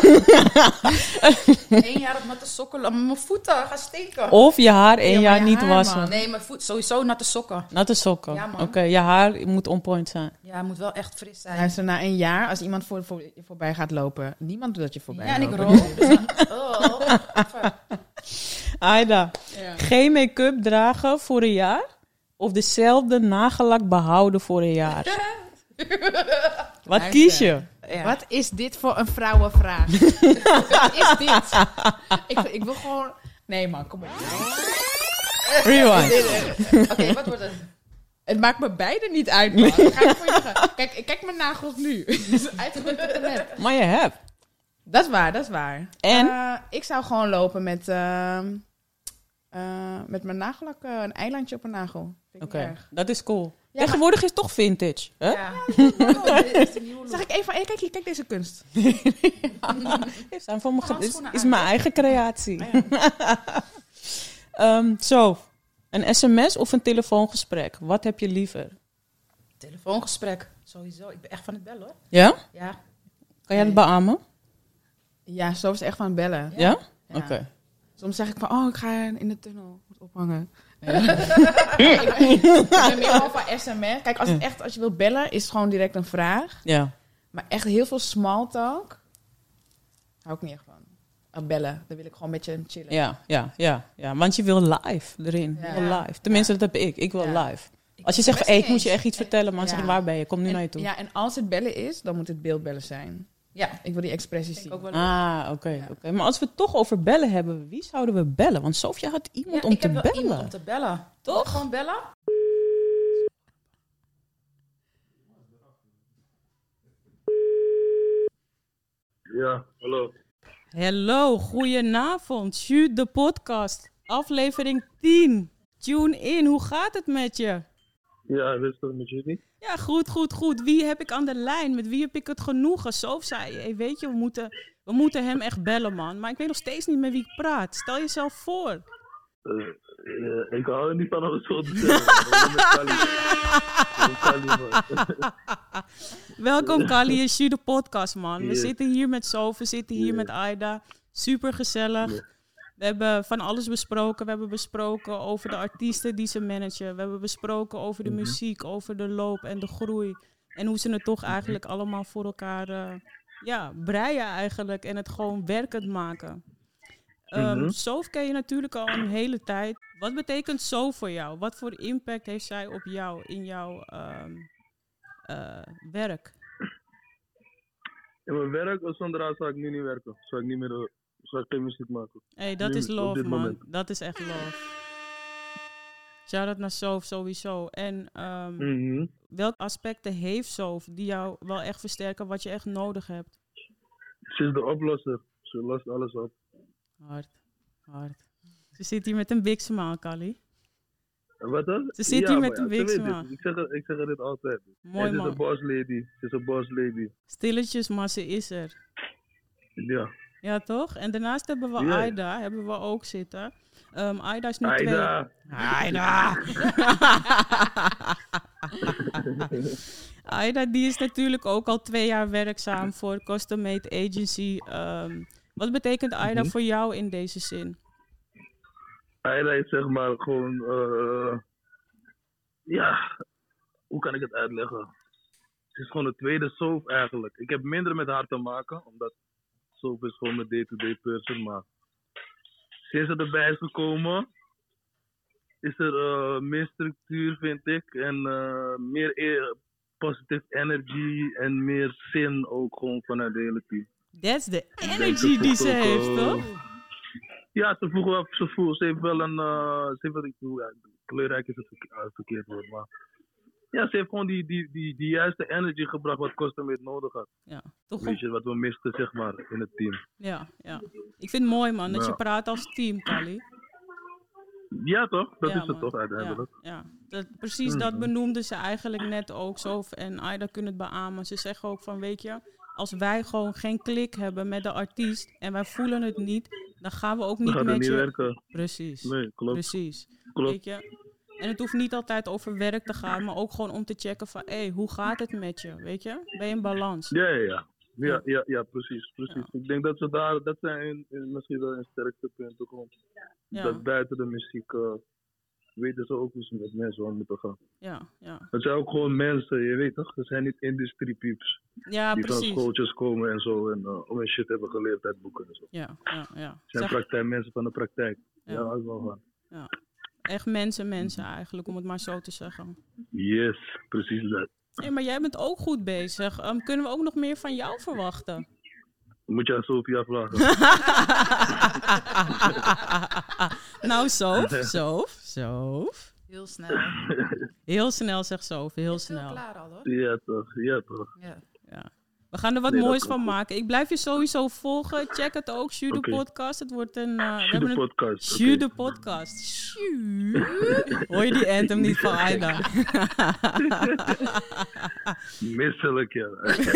1 jaar op natte sokken. Mijn voeten gaan stinken. Of je haar 1 jaar niet wassen. Man. Nee, mijn voet sowieso natte sokken. Natte sokken. Ja, Oké, je haar moet on point zijn. Ja, het moet wel echt fris zijn. Luister, na 1 jaar, als iemand voorbij gaat lopen, niemand doet dat je voorbij en loopt. ik rook. Dus Aida, geen make-up dragen voor 1 jaar of dezelfde nagellak behouden voor 1 jaar? Wat kies je? Ja. Wat is dit voor een vrouwenvraag? Wat is dit? Ik wil gewoon... Nee man, kom op. Rewind. Oké, wat wordt het? Het maakt me beide niet uit, man. Ga ik voor je gaan. Kijk mijn nagels nu. Maar je hebt. Dat is waar. En? Ik zou gewoon lopen met mijn nagellak, een eilandje op een nagel. Oké, dat is cool. Ja, tegenwoordig is het toch vintage. Hè? Ja. Zeg ik even, kijk hier, kijk deze kunst. Is mijn eigen creatie. Zo, een sms of een telefoongesprek? Wat heb je liever? Telefoongesprek, sowieso. Ik ben echt van het bellen, hoor. Ja? Ja. Kan jij het beamen? Ja, zo is het echt van het bellen. Ja? Ja. Oké. Soms zeg ik van, ik ga in de tunnel ophangen. Ja. Ik ben meer gewoon van sms. Kijk, als je wil bellen, is het gewoon direct een vraag. Ja. Maar echt heel veel small talk hou ik niet echt van. Bellen, dan wil ik gewoon met je chillen. Ja. Want je wil live erin. Ja. Je wil live. Tenminste, dat heb ik. Ik wil live. Als je zegt van, ik moet je echt iets vertellen, man. Zeg ik, waar ben je? Kom nu naar je toe. Ja, en als het bellen is, dan moet het beeldbellen zijn. Ja. Ik wil die expressies zien. Ook wel Oké. Maar als we het toch over bellen hebben, wie zouden we bellen? Want Sofia had iemand om te bellen. Ik heb wel iemand om te bellen. Toch? Gewoon bellen? Ja, hallo. Hallo, goedenavond. Shoot de podcast. Aflevering 10. Tune in, hoe gaat het met je? Ja, rustig met jullie. Ja, goed. Wie heb ik aan de lijn? Met wie heb ik het genoegen? Sof zei, hey, weet je, we moeten hem echt bellen, man. Maar ik weet nog steeds niet met wie ik praat. Stel jezelf voor. Ik hou er niet van om het zo te zeggen. Welkom, Kali, in Shoot de podcast, man. We Yes. zitten hier met Sof, we zitten hier met Aida. Super gezellig. Yeah. We hebben van alles besproken. We hebben besproken over de artiesten die ze managen. We hebben besproken over de muziek, over de loop en de groei. En hoe ze het toch eigenlijk allemaal voor elkaar breien eigenlijk. En het gewoon werkend maken. Sof ken je natuurlijk al een hele tijd. Wat betekent Sof voor jou? Wat voor impact heeft zij op jou in jouw werk? In mijn werk, zonder haar zou ik nu niet werken. Zou ik geen muziek maken. Hey, dat Nu, is op love, dit man. moment. Dat is echt love. Shout-out naar Sof sowieso. En welke aspecten heeft Sof die jou wel echt versterken wat je echt nodig hebt? Ze is de oplosser. Ze lost alles op. Hard. Ze zit hier met een big smile, Kali. Wat dan? Ze zit hier met een big ze weet smile. het. Ik zeg het altijd. Mooi, Ze is man. een boss lady. Ze is een boss lady. Stilletjes, maar ze is er. Ja. Ja, toch? En daarnaast hebben we Ja. Aida, hebben we ook zitten. Aida is nu Aida. 2... Aida! Aida, die is natuurlijk ook al 2 jaar werkzaam voor Custom Made Agency. Wat betekent Aida voor jou in deze zin? Aida is zeg maar gewoon... hoe kan ik het uitleggen? Ze is gewoon de tweede Sof eigenlijk. Ik heb minder met haar te maken, omdat Sof is gewoon mijn day-to-day person. Maar sinds ze erbij is gekomen, is er meer structuur, vind ik. En meer positive energy en meer zin ook gewoon vanuit de hele team. That's the energy die ze heeft, toch? Ja, ze heeft wel een... kleurrijk is het verkeerd woord, maar... Ja, ze heeft gewoon die juiste energy gebracht wat Custom Made nodig had. Ja, toch? Weet je, wat we misten, zeg maar, in het team. Ja. Ik vind het mooi, man, dat je praat als team, Kali. Ja, toch? Dat is het toch, uiteindelijk. Ja. Precies dat benoemden ze eigenlijk net ook. Sof en Aida kunnen het beamen. Ze zeggen ook van, weet je, als wij gewoon geen klik hebben met de artiest en wij voelen het niet, dan gaan we ook niet met je... werken. Precies. Nee, klopt. Precies. Klopt. Weet je? En het hoeft niet altijd over werk te gaan, maar ook gewoon om te checken van, hoe gaat het met je? Weet je? Ben je in balans? Ja, precies. Ja. Ik denk dat dat zijn misschien wel een sterkste punten gewoon. Ja. Dat buiten de muziek weten ze ook hoe ze met mensen om moeten gaan. Ja. Het zijn ook gewoon mensen, je weet toch? Het zijn niet industriepieps. Ja, die precies. van schooltjes komen en zo en om hun shit hebben geleerd uit boeken en zo. Ja. Het zijn mensen van de praktijk. Ja, hou ik wel van. Ja. Echt mensen eigenlijk, om het maar zo te zeggen. Yes, precies dat. Hey, maar jij bent ook goed bezig. Kunnen we ook nog meer van jou verwachten? Moet je aan Sophia vragen. Nou, Sof. Heel snel. Heel snel, zegt Sof. Heel snel. Heel klaar al, hoor. Ja, toch. Ja. We gaan er wat moois van maken. Ik blijf je sowieso volgen. Check het ook, Shu de podcast. Het wordt een... de podcast. Shu de podcast. Shu. Hoor je die anthem niet van Aida? Misselijk, ja.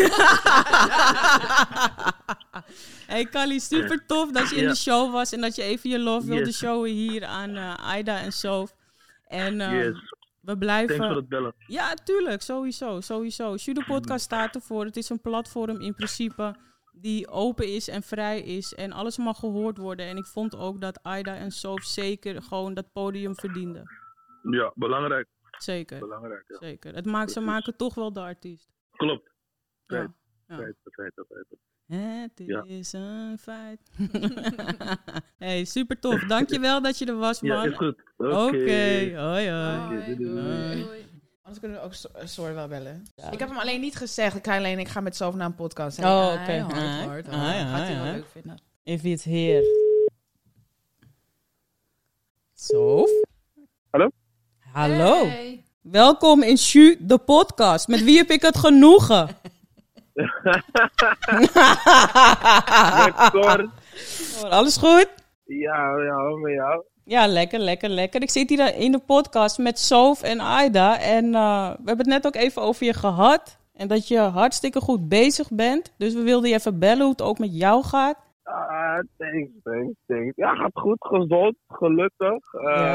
Hey Kali, super tof dat je in de show was en dat je even je love wilde showen hier aan Aida en Sof. En we blijven... Thanks voor het bellen. Ja, tuurlijk. Sowieso. Shu de podcast staat ervoor. Het is een platform in principe die open is en vrij is. En alles mag gehoord worden. En ik vond ook dat Aida en Sof zeker gewoon dat podium verdienden. Ja, belangrijk. Zeker. Belangrijk, ja. Zeker. Ze maken toch wel de artiest. Klopt. Ja. Feit. Het is een feit. Hey, super tof. Dankjewel dat je er was, man. Ja, is goed. Oké. Hoi. Anders kunnen we ook Soor wel bellen. Ja. Ik heb hem alleen niet gezegd. Ik ga met Sof naar een podcast. Oh, oké. Gaat hij wel leuk vinden. If it's here. Sof? Hallo. Hey. Welkom in Shu, de podcast. Met wie heb ik het genoegen? Alles goed? Ja, met jou. Ja, lekker. Ik zit hier in de podcast met Sof en Aida. En we hebben het net ook even over je gehad. En dat je hartstikke goed bezig bent. Dus we wilden je even bellen hoe het ook met jou gaat. Thanks. Ja, gaat goed, gezond, gelukkig.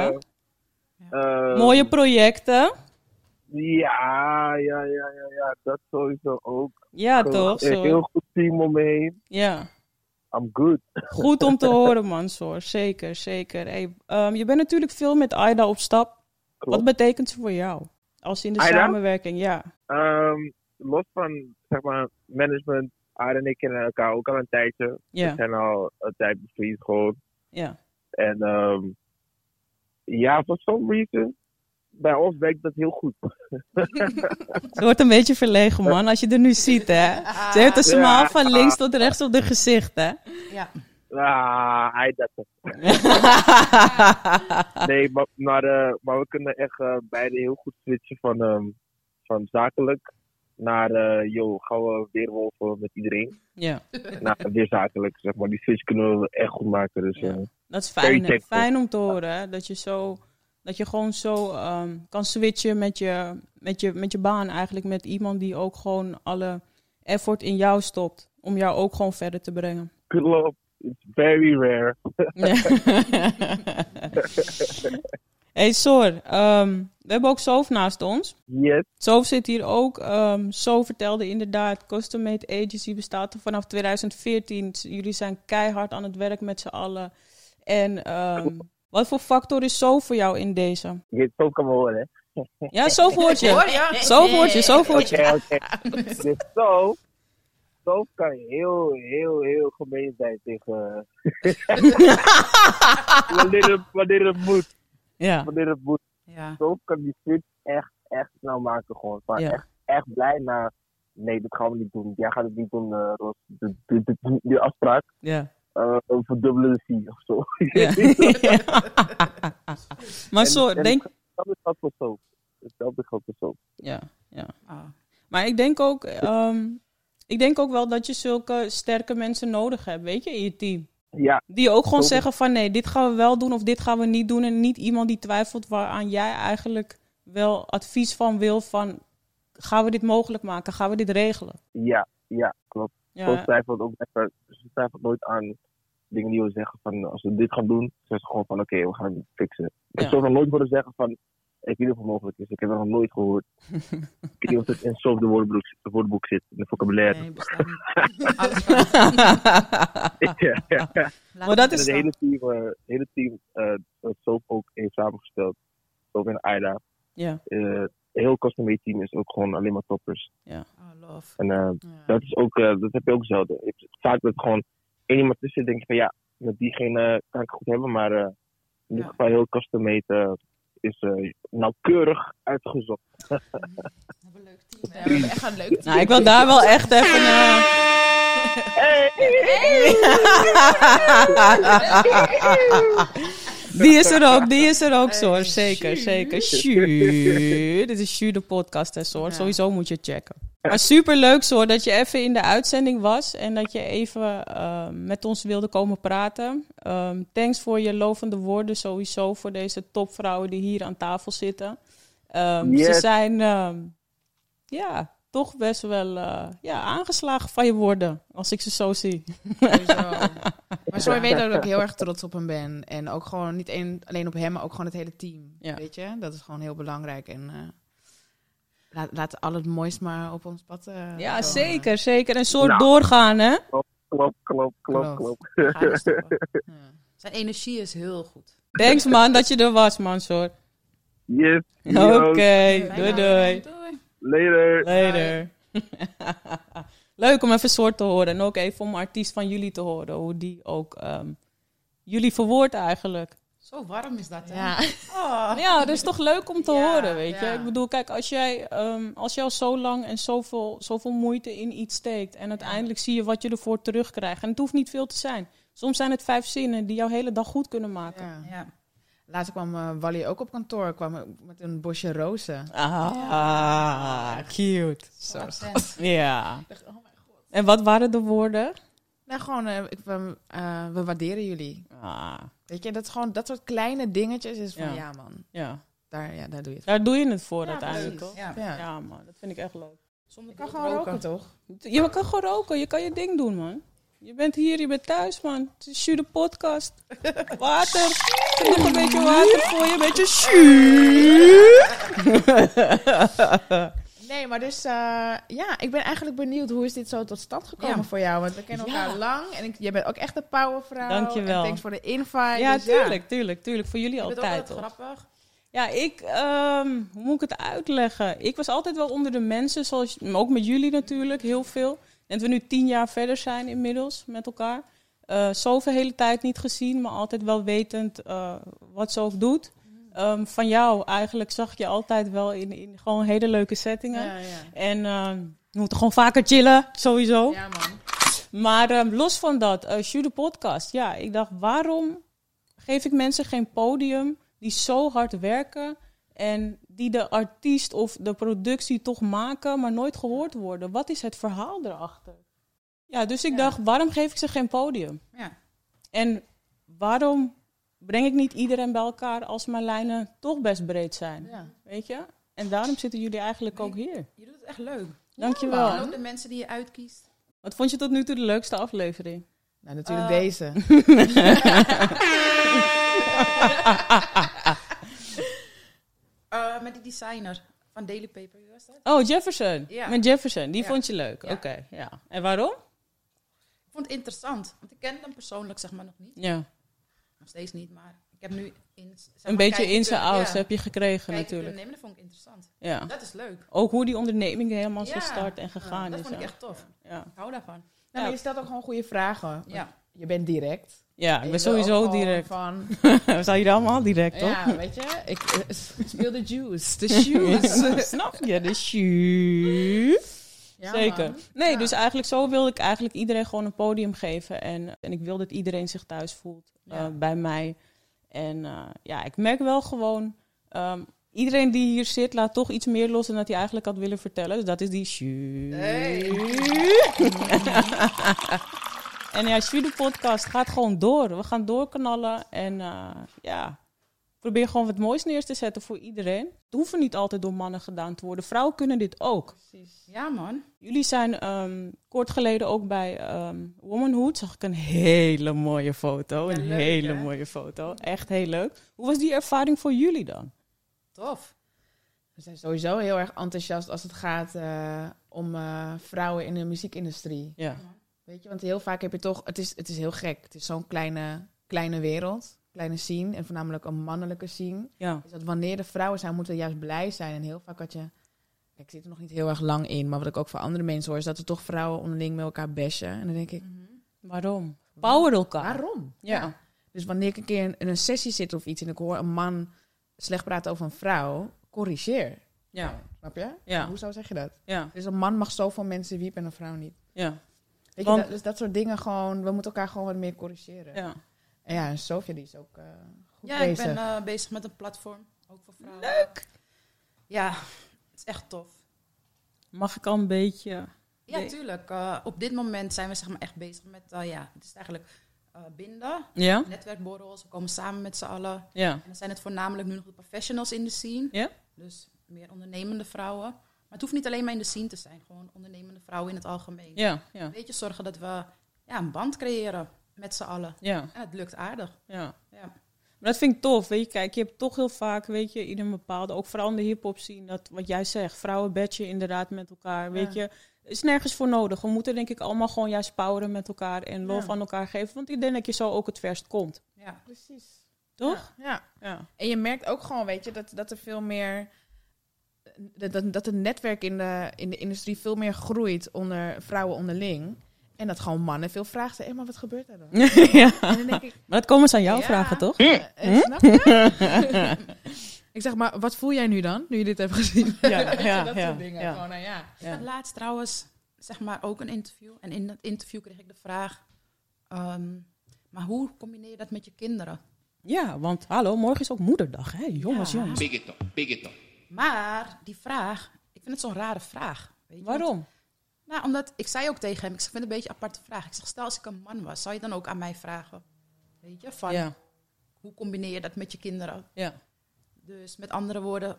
Mooie projecten. Ja, dat sowieso ook. Ja, toch? Een heel goed team om me heen. Ja. I'm good. Goed om te horen, man, Soor. Zeker. Hey, je bent natuurlijk veel met Aida op stap. Klopt. Wat betekent ze voor jou? Als in de Aida? samenwerking, ja. Los van, zeg maar, management, Aida en ik kennen elkaar ook al een tijdje. Ja. We zijn al een tijd bevriend gewoon. Ja. En for some reason, bij ons werkt dat heel goed. Ze wordt een beetje verlegen, man, als je er nu ziet, hè. Ze heeft een smaal van links tot rechts op de gezicht, hè. Ja. Hij dat. Nee, maar we kunnen echt beide heel goed switchen van zakelijk naar, gaan we weerwolven met iedereen. Ja. Naar weer zakelijk, zeg maar. Die switch kunnen we echt goed maken. Dus, Dat is fijn, hè? Fijn om te horen, hè. Dat je gewoon zo kan switchen met je baan eigenlijk. Met iemand die ook gewoon alle effort in jou stopt. Om jou ook gewoon verder te brengen. Klopt. It's very rare. Hey Soor, we hebben ook Sof naast ons. Yes. Sof zit hier ook. Sof vertelde inderdaad, Custom Made Agency bestaat er vanaf 2014. Jullie zijn keihard aan het werk met z'n allen. En wat voor factor is Sof voor jou in deze? Je Sof kan me horen, hè? Ja, Sof hoort je. Sof hoort je. Oké. Dus Sof kan heel gemeen zijn tegen... wanneer het moet. Ja. Wanneer het moet. Ja. Sof kan die switch echt snel maken gewoon. Van echt blij naar... Nee, dat gaan we niet doen. Jij gaat het niet doen, Ros. Die afspraak. Ja. Verdubbelen de fee of zo. Ja. Maar Soor, denk... Dat is wat voor Sof. Hetzelfde geldt voor Sof. Ja. Maar ik denk ook wel dat je zulke sterke mensen nodig hebt, weet je, in je team. Ja. Die ook gewoon zeggen van nee, dit gaan we wel doen of dit gaan we niet doen. En niet iemand die twijfelt waaraan jij eigenlijk wel advies van wil van... Gaan we dit mogelijk maken? Gaan we dit regelen? Ja, klopt. Ja. Ze twijfelt nooit aan dingen die we zeggen van als we dit gaan doen, zeggen ze gewoon van oké, we gaan het fixen. Ik zou nog nooit horen zeggen van ik weet niet of het mogelijk is. Ik heb dat nog nooit gehoord. Ik weet niet of het in soft woordenboek zit, in de vocabulaire. Nee, bestaat niet. Maar dat is het hele team dat Soap ook heeft samengesteld. Soap en Aida. Ja. Heel custom-made team is ook gewoon alleen maar toppers. Ja. Oh, love. En dat is ook, dat heb je ook zelden. Vaak dat gewoon één iemand tussen denk je van ja, met diegene kan ik goed hebben, maar in dit geval heel custom-made is nauwkeurig uitgezocht. We hebben een leuk team. We hebben echt een leuk team. Nou, ik wil daar wel echt even... Die is er ook, Soor. Zeker. Sjoe. Dit is Sjoe de podcast, hè, Soor. Ja. Sowieso moet je checken. Maar superleuk, Soor, dat je even in de uitzending was. En dat je even met ons wilde komen praten. Thanks voor je lovende woorden sowieso. Voor deze topvrouwen die hier aan tafel zitten. Ze zijn toch best wel aangeslagen van je woorden. Als ik ze zo zie. Sowieso. Maar zo weet dat ik heel erg trots op hem ben. En ook gewoon niet alleen op hem, maar ook gewoon het hele team. Ja. Weet je? Dat is gewoon heel belangrijk. En laat al het mooist maar op ons pad Ja, komen. zeker. En soort doorgaan, hè? Klopt. Ga je stoppen. Ja. Zijn energie is heel goed. Thanks, man, dat je er was, man, Soor. Yes. Oké, doei. Doei. Later. Leuk om even Soort te horen. En ook even om een artiest van jullie te horen. Hoe die ook jullie verwoordt eigenlijk. Zo warm is dat, hè? Ja. Oh. Ja, dat is toch leuk om te Ja, horen, weet je. ja. Ik bedoel, kijk, als jij al zo lang en zoveel moeite in iets steekt... en uiteindelijk zie je wat je ervoor terugkrijgt. En het hoeft niet veel te zijn. Soms zijn het 5 zinnen die jouw hele dag goed kunnen maken. Ja. Ja. Laatst kwam Wally ook op kantoor. Kwam met een bosje rozen. Cute. Zo. Accent. Ja. Ik dacht, oh mijn god. En wat waren de woorden? Nou, gewoon, we waarderen jullie. Weet je, dat is gewoon dat soort kleine dingetjes. Is van, ja man, Ja. daar doe je het voor. Daar doe je het voor Ja, uiteindelijk, precies. toch? Ja. Ja, man. Dat vind ik echt leuk. Zonder Je kan bloed gewoon roken, toch? Je kan gewoon roken. Je kan je ding doen, man. Je bent hier, je bent thuis, man. Het is Sjoe de podcast. Water. Ik heb nog een beetje water voor je. Een beetje Sjoe. Nee, maar dus ik ben eigenlijk benieuwd hoe is dit zo tot stand gekomen Ja. voor jou? Want we kennen elkaar lang en jij bent ook echt een powervrouw. Dankjewel. En thanks voor de invite. Ja, dus tuurlijk. Voor jullie Je bent ook altijd, wel toch? grappig. Ja, hoe moet ik het uitleggen? Ik was altijd wel onder de mensen, zoals ook met jullie natuurlijk, heel veel. En dat we nu 10 jaar verder zijn inmiddels met elkaar. Zoveel hele tijd niet gezien, maar altijd wel wetend wat Sof doet. Van jou eigenlijk zag ik je altijd wel in gewoon hele leuke settingen. Ja. En we moeten gewoon vaker chillen, sowieso. Ja, man. Maar los van dat, Sjoe de podcast. Ja, ik dacht, waarom geef ik mensen geen podium die zo hard werken en die de artiest of de productie toch maken, maar nooit gehoord worden? Wat is het verhaal erachter? Ja, dus ik dacht, waarom geef ik ze geen podium? Ja. En waarom breng ik niet iedereen bij elkaar als mijn lijnen toch best breed zijn? Ja. Weet je? En daarom zitten jullie eigenlijk ook hier. Je doet het echt leuk. Dankjewel. En ook de mensen die je uitkiest. Wat vond je tot nu toe de leukste aflevering? Nou, natuurlijk deze. Met die designer van Daily Paper, wie was dat? Oh, Jefferson. Ja. Met Jefferson. Die Ja. vond je leuk? Ja. Oké, ja. En waarom? Ik vond het interessant, want ik kende hem persoonlijk zeg maar nog niet. Ja. Nog steeds niet, maar ik heb nu Een beetje in zijn ouds heb je gekregen natuurlijk. Nemen, dat vond ik interessant. Ja. Dat is leuk. Ook hoe die onderneming helemaal is Ja. gestart en gegaan Dat is. vond ik hè. echt tof. Ja. Ik hou daarvan. Nou, maar je stelt ook gewoon goede vragen. Ja. Je bent direct. Ja, En ik je ben wil ook sowieso gewoon direct. Van, We zijn jullie allemaal direct, toch? ja, weet je. Ik speel de juice. De shoes. Snap je? De shoe. Ja, Zeker. man. Nee, Ja. dus eigenlijk zo wilde ik eigenlijk iedereen gewoon een podium geven. En ik wil dat iedereen zich thuis voelt Ja. bij mij. En ik merk wel gewoon, Iedereen die hier zit, laat toch iets meer los dan dat hij eigenlijk had willen vertellen. Dus dat is die En ja, de podcast gaat gewoon door. We gaan doorknallen en probeer gewoon wat moois neer te zetten voor iedereen. Het hoeft niet altijd door mannen gedaan te worden. Vrouwen kunnen dit ook. Precies. Ja, man. Jullie zijn kort geleden ook bij Womanhood. Zag ik een hele mooie foto. Ja, een leuk, hele hè? mooie foto. Echt heel leuk. Hoe was die ervaring voor jullie dan? Tof. We zijn sowieso heel erg enthousiast als het gaat om vrouwen in de muziekindustrie. Ja. Weet je, want heel vaak heb je toch... Het is heel gek. Het is zo'n kleine wereld. Kleine scene. En voornamelijk een mannelijke scene. Ja. Dus dat wanneer er vrouwen zijn, moeten we juist blij zijn. En heel vaak had je... Kijk, ik zit er nog niet heel erg lang in. Maar wat ik ook van andere mensen hoor, is dat er toch vrouwen onderling met elkaar bashen. En dan denk ik... Waarom? Power elkaar. Waarom? Ja. Dus wanneer ik een keer in een sessie zit of iets en ik hoor een man slecht praten over een vrouw, corrigeer. Ja. Snap je? Ja. Hoezo zeg je dat? Ja. Dus een man mag zoveel mensen wiepen en een vrouw niet. Ja. Weet Want- je, dus dat soort dingen gewoon, we moeten elkaar gewoon wat meer corrigeren. Ja. En ja, en Sofia die is ook goed Ja, bezig. ik ben bezig met een platform. Ook voor vrouwen. Leuk. Ja, het is echt tof. Mag ik al een beetje... Ja, Nee. tuurlijk. Op dit moment zijn we zeg maar echt bezig met, het is eigenlijk binden, Ja? netwerkborrels. We komen samen met z'n allen. Ja. En dan zijn het voornamelijk nu nog de professionals in de scene. Ja? Dus meer ondernemende vrouwen. Maar het hoeft niet alleen maar in de scene te zijn. Gewoon ondernemende vrouwen in het algemeen. Ja. Ja. Weet je, zorgen dat we een band creëren met z'n allen. Ja. En het lukt aardig. Ja. Ja. Maar dat vind ik tof, weet je. Kijk, je hebt toch heel vaak, weet je, in een bepaalde, ook vooral in de hip-hop scene, dat wat jij zegt, vrouwen badgen inderdaad met elkaar, weet je. Is nergens voor nodig. We moeten denk ik allemaal gewoon juist poweren met elkaar en lof aan elkaar geven, want ik denk dat je zo ook het verst komt. Ja. Precies. Toch? Ja. Ja. En je merkt ook gewoon, weet je, dat er veel meer... Dat het netwerk in de industrie veel meer groeit onder vrouwen onderling. En dat gewoon mannen veel vragen stellen. Maar wat gebeurt er dan? Ja. En dan denk ik... Maar dat komen ze aan jou Ja. vragen, toch? Snap je? Ik zeg, maar wat voel jij nu dan, nu je dit hebt gezien? Ja, Weet je, ja, dat ja, soort dingen. ja. Gewoon, nou ja. Ik had laatst trouwens, zeg maar, ook een interview. En in dat interview kreeg ik de vraag... maar hoe combineer je dat met je kinderen? Ja, want hallo, morgen is ook moederdag, hè? Jongens, Ja. jongens. Big it up. Maar die vraag, ik vind het zo'n rare vraag. Weet je? Waarom? Nou, omdat ik zei ook tegen hem, ik vind het een beetje een aparte vraag. Ik zeg, stel als ik een man was, zou je dan ook aan mij vragen? Weet je, van Ja, hoe combineer je dat met je kinderen? ja. Dus met andere woorden,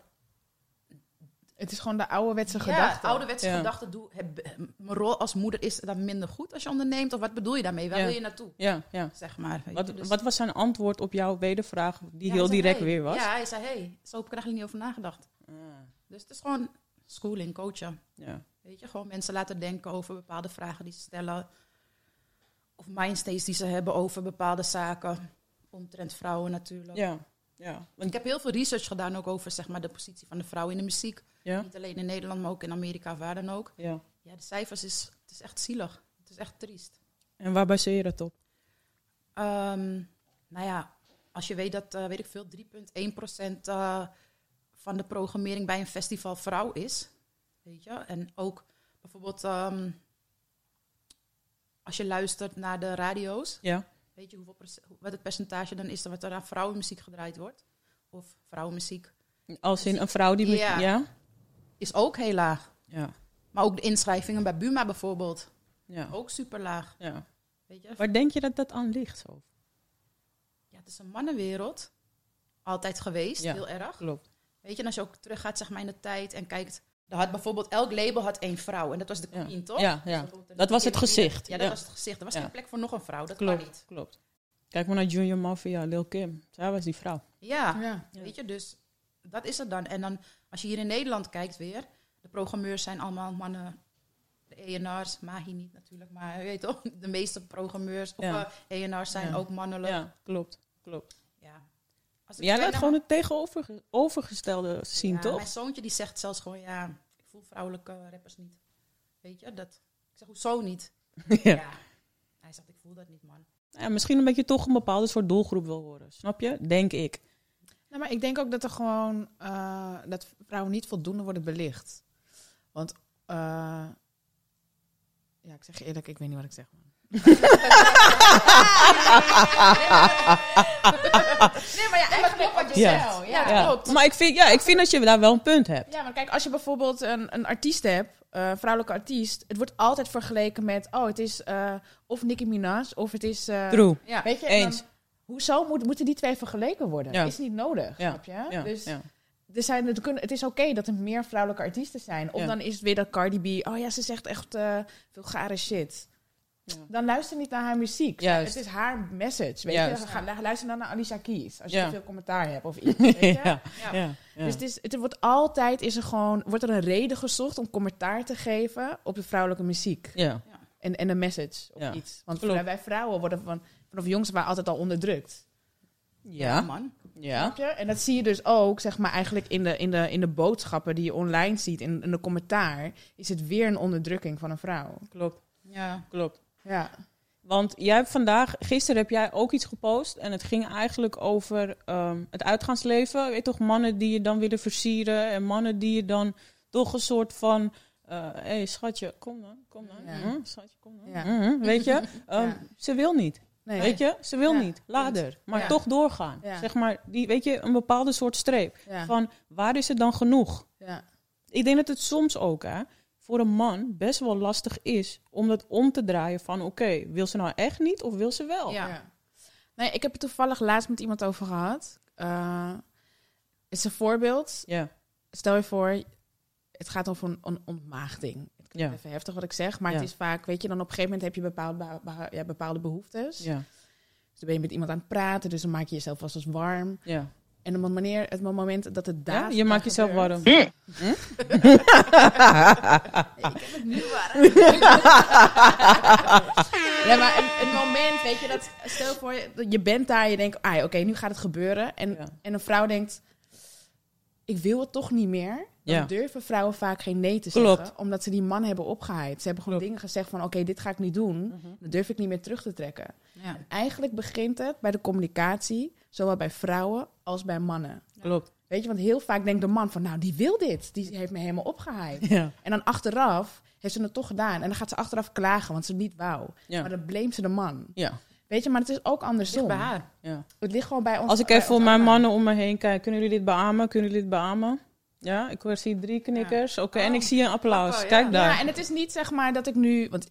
Het is gewoon de ouderwetse ja, gedachte. ouderwetse Ja. gedachte, mijn rol als moeder is dan minder goed als je onderneemt? Of wat bedoel je daarmee? Waar Ja. wil je naartoe? Ja, ja. Zeg maar. Weet je? Dus- Wat was zijn antwoord op jouw wedervraag, die Ja, heel hij zei, direct hey. weer was? Ja, hij zei, zo heb ik er eigenlijk niet over nagedacht. Dus het is gewoon schooling, coachen. Ja. Weet je, gewoon mensen laten denken over bepaalde vragen die ze stellen. Of mindstates die ze hebben over bepaalde zaken. Omtrent vrouwen natuurlijk. Ja. Ja. Want, Ik heb heel veel research gedaan ook over zeg maar, de positie van de vrouw in de muziek. ja. Niet alleen in Nederland, maar ook in Amerika of waar dan ook. Ja. Ja, de cijfers het is echt zielig. Het is echt triest. En waar baseer je dat op? Nou ja, als je weet dat, weet ik veel, 3,1% van de programmering bij een festival vrouw is. Weet je? En ook bijvoorbeeld als je luistert naar de radio's. Ja. Weet je wat het percentage dan is wat er aan vrouwenmuziek gedraaid wordt? Of vrouwenmuziek Als in een vrouw die... Ja. Ja? is ook heel laag. Ja. Maar ook de inschrijvingen bij Buma bijvoorbeeld, Ja. ook super laag. Ja. Weet je? Waar denk je dat dat aan ligt zo? Ja, het is een mannenwereld. Altijd geweest, Ja. heel erg. Klopt. Weet je, en als je ook teruggaat zeg maar, in de tijd en kijkt... Er had bijvoorbeeld, elk label had één vrouw. En dat was de Ja. queen, toch? Ja, Dus ja. bijvoorbeeld Dat was het Kim gezicht. Ja, dat Ja. was het gezicht. Er was Ja. geen plek voor nog een vrouw. Dat kan niet. Klopt. Klopt. Kijk maar naar Junior Mafia, Lil Kim. Zij was die vrouw. Ja, Ja. weet je, dus dat is het dan. En dan, als je hier in Nederland kijkt weer... De programmeurs zijn allemaal mannen... De ENR's, Mahi niet natuurlijk, maar je weet toch? De meeste programmeurs of Ja. ENR's zijn Ja. ook mannelijk. Ja, klopt. Klopt. Ja. Als ik Jij kijk laat naar gewoon het tegenovergestelde zien, Ja, toch? Mijn zoontje die zegt zelfs gewoon, ja, ik voel vrouwelijke rappers niet. Weet je, dat... Ik zeg, hoezo niet? Ja. Hij zegt, ik voel dat niet, man. Ja, misschien omdat je toch een bepaalde soort doelgroep wil worden. Snap je? Denk ik. Nou, maar ik denk ook dat er gewoon dat vrouwen niet voldoende worden belicht. Want ja, ik zeg je eerlijk, ik weet niet wat ik zeg, man. Nee, maar ja, eigenlijk wat stijl. Ja, klopt. Maar ik vind dat je daar wel een punt hebt. Ja, maar kijk, als je bijvoorbeeld een artiest hebt, vrouwelijke artiest, het wordt altijd vergeleken met, het is of Nicki Minaj of het is... True. Ja. Weet je, Eens. Hoezo moeten die twee vergeleken worden? Ja. Is niet nodig, Ja. snap je? Ja. Dus Ja. het is oké dat er meer vrouwelijke artiesten zijn. Of dan is het weer dat Cardi B, ze zegt echt vulgare shit. Ja. Dan luister niet naar haar muziek. Juist. Het is haar message, weet Juist. je? Luister dan naar Alicia Keys, als je Ja. veel commentaar hebt of iets, weet je? Ja. Dus het wordt altijd, wordt er een reden gezocht om commentaar te geven op de vrouwelijke muziek. Ja. En een message of Ja. iets. Want Klopt. wij vrouwen worden vanaf jongs waren altijd al onderdrukt. Ja. man. Ja. Snap je? En dat zie je dus ook, zeg maar, eigenlijk in de boodschappen die je online ziet, in de commentaar, is het weer een onderdrukking van een vrouw. Klopt. Ja. Klopt. Ja. Want gisteren heb jij ook iets gepost. En het ging eigenlijk over het uitgaansleven. Weet je toch, mannen die je dan willen versieren. En mannen die je dan toch een soort van... Hé, schatje, kom dan. Ja. Schatje, kom dan. Ja. Weet je? Ja. Ze wil niet. Nee. Weet je? Ze wil Ja. niet. Laat haar. Maar Ja. toch doorgaan. Ja. Zeg maar, weet je, een bepaalde soort streep. Ja. Van, waar is het dan genoeg? Ja. Ik denk dat het soms ook, voor een man best wel lastig is om dat om te draaien van, oké, wil ze nou echt niet of wil ze wel? Ja. Ja. Nee, ik heb het toevallig laatst met iemand over gehad. Het is een voorbeeld. Ja. Stel je voor, het gaat over een ontmaagding. Het klinkt Ja. even heftig wat ik zeg, maar Ja. het is vaak, weet je, dan op een gegeven moment heb je bepaalde behoeftes. Ja. Dus dan ben je met iemand aan het praten, dus dan maak je jezelf vast als warm. Ja. En op het moment dat het daar... Je maakt jezelf warm. Ik heb het nu warm. Ja, maar een moment, weet je, dat stel je voor, je bent daar, je denkt, oké, nu gaat het gebeuren. En een vrouw denkt, ik wil het toch niet meer. Dan durven vrouwen vaak geen nee te zeggen, omdat ze die man hebben opgehaaid. Ze hebben gewoon dingen gezegd van, oké, dit ga ik niet doen. Dan durf ik niet meer terug te trekken. Ja. En eigenlijk begint het bij de communicatie, zowel bij vrouwen als bij mannen. Klopt. Weet je, want heel vaak denkt de man van, nou, die wil dit. Die heeft me helemaal opgehaaid. Ja. En dan achteraf heeft ze het toch gedaan. En dan gaat ze achteraf klagen, want ze niet wou. Ja. Maar dan blamet ze de man. Ja. Weet je, maar het is ook Ligt andersom. bij haar. Ja. Het ligt gewoon bij ons. Als ik even voor mijn mannen om me heen kijk, kunnen jullie dit beamen? Ja, ik zie 3 knikkers. Oké, en ik zie een applaus. ja. Kijk daar. Ja, en het is niet zeg maar dat ik nu... Want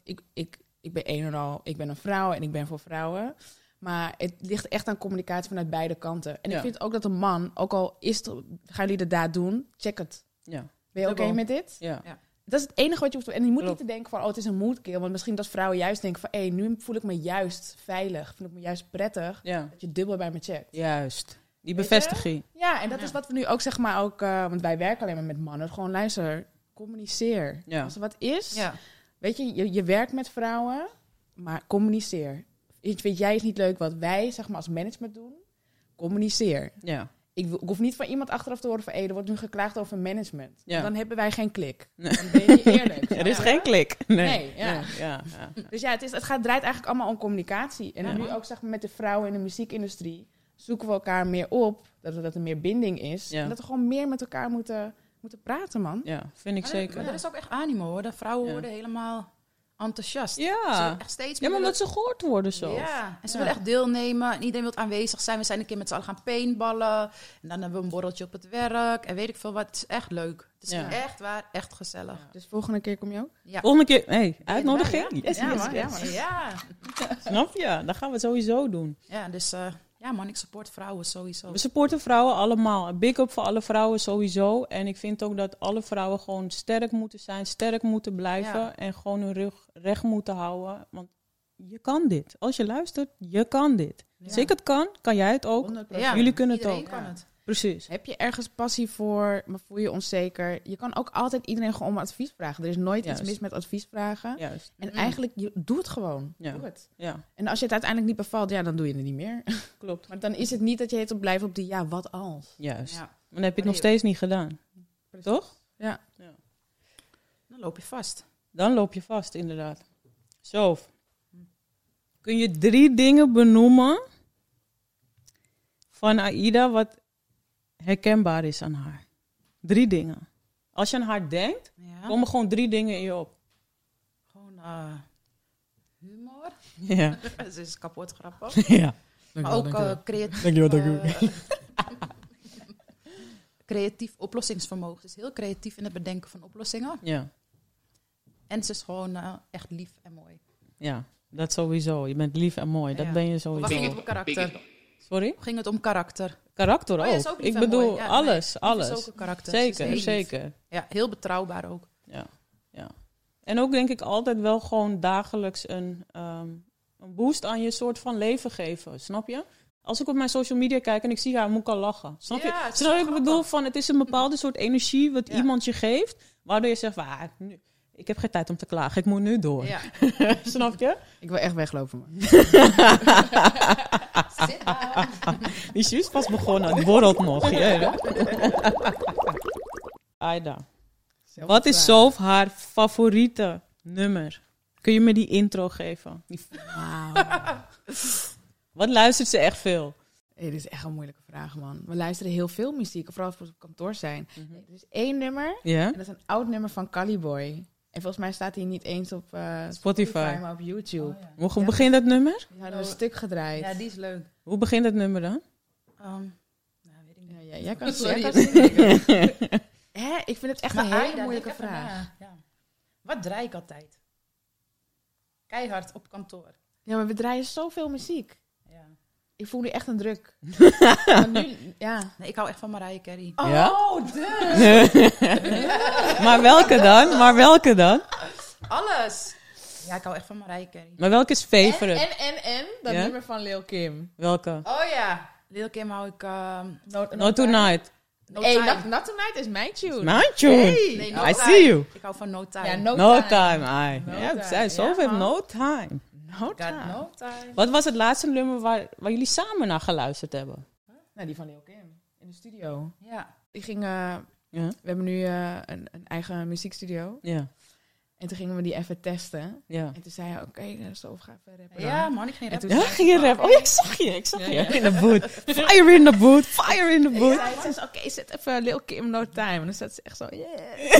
ik ben een en al... Ik ben een vrouw en ik ben voor vrouwen. Maar het ligt echt aan communicatie vanuit beide kanten. En ik vind ook dat een man, ook al gaan jullie de daad doen, check het. Ja. Ben je oké met dit? Ja. Dat is het enige wat je hoeft te doen. En je moet Klopt. niet te denken van, het is een moodkill. Want misschien dat vrouwen juist denken van, nu voel ik me juist veilig. Voel ik me juist prettig. Ja. Dat je dubbel bij me checkt. Juist. Die Weet je? bevestiging. Ja, en dat is wat we nu ook zeg maar ook... want wij werken alleen maar met mannen. Gewoon luister, communiceer. Ja. Als er wat is, Ja. weet je werkt met vrouwen, maar communiceer. Weet jij is niet leuk wat wij zeg maar als management doen? Communiceer. Ja. Ik hoef niet van iemand achteraf te horen van, er wordt nu geklaagd over management. Ja. Dan hebben wij geen klik. Nee. Dan ben je niet eerlijk. Er is Ja. geen klik. Nee, ja. Ja. Ja. Dus ja, draait eigenlijk allemaal om communicatie. En Ja. nu ook zeg maar met de vrouwen in de muziekindustrie zoeken we elkaar meer op, dat er meer binding is. Ja. En dat we gewoon meer met elkaar moeten praten, man. Ja, vind ik Maar zeker. er is ook echt animo hoor. De vrouwen Ja. worden helemaal enthousiast. Ze Ja. willen echt steeds Ja, maar willen- omdat ze gehoord worden zo. Ja, en ze Ja. willen echt deelnemen. En iedereen wil aanwezig zijn. We zijn een keer met z'n allen gaan paintballen. En dan hebben we een borreltje op het werk. En weet ik veel wat. Het is echt leuk. Het is Ja. echt waar. Echt gezellig. Dus volgende keer kom je ook? Ja. Volgende keer, uitnodiging? Ja, Yes, ja, yes, man, yes. ja, man. Snap je? Dat gaan we sowieso doen. Ja, dus ja man, ik support vrouwen sowieso. We supporten vrouwen allemaal. Big up voor alle vrouwen sowieso. En ik vind ook dat alle vrouwen gewoon sterk moeten zijn, sterk moeten blijven. Ja. En gewoon hun rug recht moeten houden. Want je kan dit. Als je luistert, je kan dit. Ja. Als ik het kan, kan jij het ook. 100%. Ja, Jullie kunnen het iedereen ook. kan Ja. het. Precies. Heb je ergens passie voor, maar voel je onzeker? Je kan ook altijd iedereen gewoon om advies vragen. Er is nooit Juist. iets mis met advies vragen. Juist. En eigenlijk, doe het gewoon. Ja. Doe het. Ja, En als je het uiteindelijk niet bevalt, ja, dan doe je het niet meer. klopt. Maar dan is het niet dat je het blijft op die, ja, wat als? Juist. Ja. Maar dan heb je het nog steeds niet gedaan. Toch? Ja. Dan loop je vast. Dan loop je vast, inderdaad. Zo. Kun je 3 dingen benoemen van Aida wat herkenbaar is aan haar? 3 dingen. Als je aan haar denkt, Ja. komen gewoon 3 dingen in je op. Gewoon humor. Ja. Ze is kapot grappig. Ja. Maar ook creatief. Dankjewel. creatief oplossingsvermogen. Ze is heel creatief in het bedenken van oplossingen. Ja. En ze is gewoon echt lief en mooi. Ja, dat sowieso. Je bent lief en mooi. Dat ben je sowieso. Waar ging het om karakter? Sorry? Hoe ging het om karakter? Karakter ook. Oh, ja, is ook lief Ik en bedoel, mooi. Ja, alles. nee, alles. lief is ook een karakter. Zeker, Ze is heel lief. zeker. Ja, heel betrouwbaar ook. Ja. En ook denk ik altijd wel gewoon dagelijks een boost aan je soort van leven geven. Snap je? Als ik op mijn social media kijk en ik zie haar, moet ik al lachen. Snap je? Ja, het is Snap je zo wat ik bedoel? Van, het is een bepaalde soort energie wat Ja. iemand je geeft. Waardoor je zegt, ik heb geen tijd om te klagen. Ik moet nu door. Ja. Snap je? Ik wil echt weglopen, man. Zit daar. Die is juist pas begonnen. Het borrelt nog. Ja. Aida. Wat is Sof haar favoriete nummer? Kun je me die intro geven? Wat luistert ze echt veel? Hey, dit is echt een moeilijke vraag, man. We luisteren heel veel muziek, vooral als we op kantoor zijn. Er is 1 nummer, Ja? en dat is een oud nummer van Caliboy. En volgens mij staat hij niet eens op Spotify. maar op YouTube. Oh, ja. Hoe begint dat nummer? Die hadden we een stuk gedraaid. Ja, die is leuk. Hoe begint dat nummer dan? Nou, weet ik niet. Ja, jij kan Sorry. jij kan zingen. Hè? Ik vind het echt een hele Aida, moeilijke denk even vraag. na. Ja. Wat draai ik altijd? Keihard op kantoor. Ja, maar we draaien zoveel muziek. Ja. Ik voel nu echt een druk. Maar nu, ja. Nee, ik hou echt van Mariah Carey. Ja? Oh, dus. Maar welke dan? Alles! Ja, ik hou echt van Mariah Carey. Maar welke is favorite? En dat Ja? nummer van Lil Kim. Welke? Oh ja! Lil Kim hou ik... No Tonight. Hey, Not Tonight is mijn tune. My tune. Nee, No I Time. see you. Ik hou van No Time. Ja, No time. Ai. No Ja, time. zij zo Ja, heeft man. no time. No Got Time. No Time. Wat was het laatste nummer waar jullie samen naar geluisterd hebben? Nou, die van Lil Kim. In de studio. Ja. Die ging, Ja? we hebben nu een eigen muziekstudio. Ja. En toen gingen we die even testen. Ja. En toen zei hij, oké, zo ga even rappen. Ja, man, ik ging En rappen. toen Ja, ging je rap? Oh ja, ik zag je. Ja. In de boot. Fire in the boot. Fire in the boot. Ja, hij zei, oké, zet even Lil Kim No Time. En dan zat ze echt zo, yeah.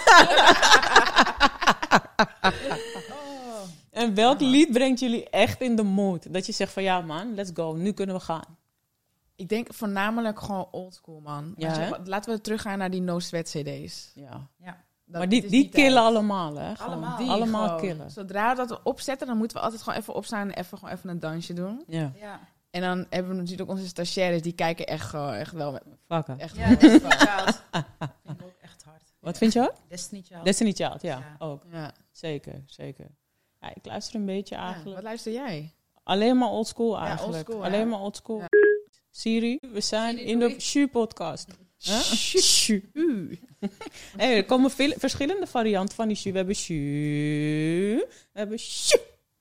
En welk lied brengt jullie echt in de mood? Dat je zegt van ja man, let's go. Nu kunnen we gaan. Ik denk voornamelijk gewoon oldschool, man. Ja, hè? Laten we teruggaan naar die No Sweat CD's. Ja. Ja. Maar die killen tijd. allemaal, hè? Gewoon. Allemaal. Die Allemaal gewoon. killen. Zodra dat we opzetten, dan moeten we altijd gewoon even opstaan en gewoon even een dansje doen. Ja. Ja. En dan hebben we natuurlijk onze stagiaires, die kijken echt wel met Vakken. echt Ja, Destiny Child. Vind ik ook echt hard. Wat vind je? Destiny Child. Destiny Child, ja. Ja. Ook. Ja. Zeker, zeker. Ja, ik luister een beetje Ja, eigenlijk. wat luister jij? Alleen maar oldschool eigenlijk. oldschool, Alleen ja. maar oldschool. Ja. Siri, we zijn Siri, in de doei. Shu-podcast. Shu. Hey, er komen verschillende varianten van die Shu. We hebben Shu. We hebben Shu.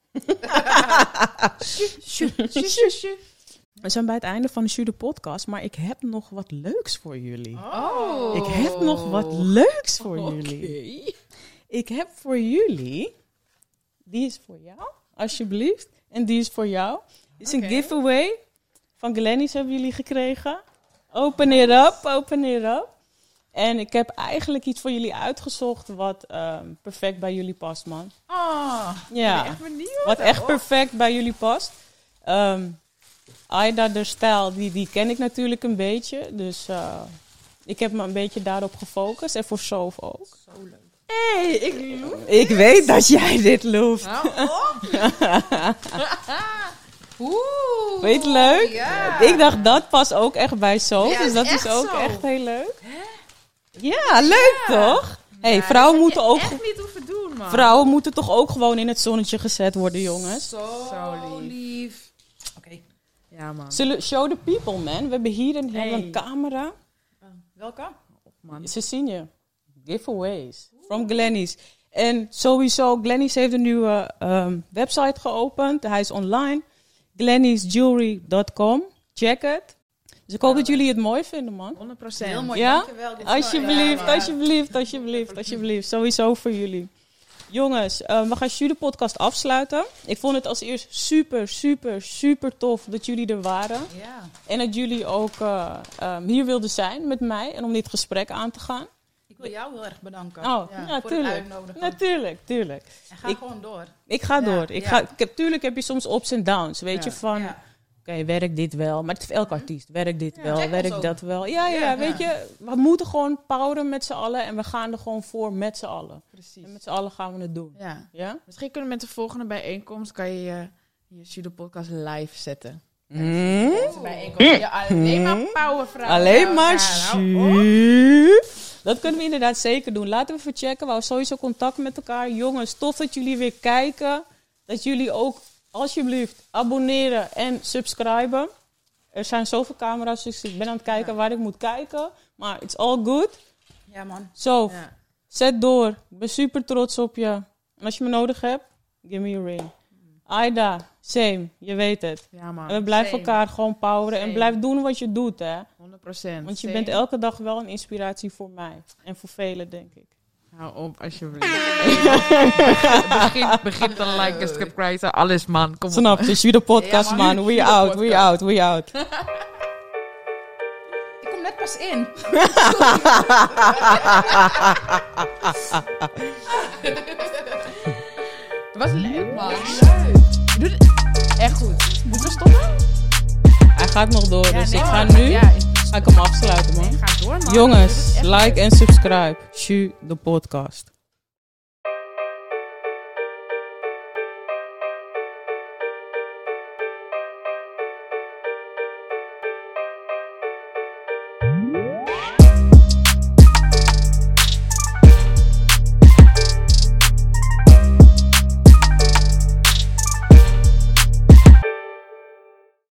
We zijn bij het einde van de Shu de podcast, maar ik heb nog wat leuks voor jullie. Oh. Ik heb nog wat leuks voor jullie. Ik heb voor jullie, die is voor jou, alsjeblieft. En die is voor jou. Dit is een giveaway van Glenny's hebben jullie gekregen. Open it up, open it up. En ik heb eigenlijk iets voor jullie uitgezocht wat perfect bij jullie past, man. Oh, Ja, echt benieuwd. wat echt perfect bij jullie past. Aida, de stijl, die ken ik natuurlijk een beetje. Dus ik heb me een beetje daarop gefocust. En voor Sof ook. Zo leuk. Hey, ik loef. Ik weet dat jij dit loeft. Nou, op. Oeh. Weet je het leuk? Ja. Ik dacht, dat past ook echt bij Sof. Ja, dus dat is is echt ook zo. echt heel leuk. Ja, leuk toch? Hey, vrouwen moeten ook... echt niet hoeven doen, man. Vrouwen moeten toch ook gewoon in het zonnetje gezet worden, jongens. Zo lief. lief. Oké. Ja, man. Show the people, man. We hebben hier een Hey. camera. Welke? man. Ze zien je. Giveaways. From Glenny's. En sowieso, Glenny's heeft een nieuwe website geopend. Hij is online. Glenny'sJewelry.com. Check het. Dus ik hoop dat jullie het mooi vinden, man. 100%. Heel mooi, Ja? dankjewel. Dit is Alsjeblieft, mooi. alsjeblieft, alsjeblieft, alsjeblieft. Sowieso voor jullie. Jongens, we gaan Shu de podcast afsluiten. Ik vond het als eerst super, super, super tof dat jullie er waren. Ja. En dat jullie ook hier wilden zijn met mij en om dit gesprek aan te gaan. Ik wil jou heel erg bedanken. Oh, Ja, ja, voor het tuurlijk. uitnodigen. Natuurlijk, tuurlijk. En ga Ik- gewoon door. Ik ga Ja, door. ja. Tuurlijk heb je soms ups en downs, weet je, van... Ja. Oké, werkt dit wel? Maar het is elke artiest. Werkt dit wel? Werkt dat wel? Ja, weet je. We moeten gewoon poweren met z'n allen. En we gaan er gewoon voor met z'n allen. Precies. En met z'n allen gaan we het doen. Ja? Misschien kunnen we met de volgende bijeenkomst... kan je je Judo Podcast live zetten. Alleen maar powervrouwen. Alleen maar dat kunnen we inderdaad zeker doen. Laten we even checken. We houden sowieso contact met elkaar. Jongens, tof dat jullie weer kijken. Dat jullie ook alsjeblieft abonneren en subscriben. Er zijn zoveel camera's, dus ik ben aan het kijken waar ik moet kijken. Maar it's all good. Ja, man. Zo, zet door. Ik ben super trots op je. En als je me nodig hebt, give me a ring. Aida, same, je weet het. Ja, man. En we blijven elkaar gewoon poweren en blijf doen wat je doet, hè. 100%. Want je bent elke dag wel een inspiratie voor mij. En voor velen, denk ik. Hou op, alsjeblieft. begin te liken, subscriben, alles, man. Kom op. Snap je, Judo Podcast, man. We out. Ik kom net pas in. Het was leuk, man. Doe het echt goed. Moeten we stoppen? Hij gaat nog door, dus ik ga nu... Ga ik hem afsluiten, man. Nee, ga door, man. Jongens, like en subscribe. Judo Podcast.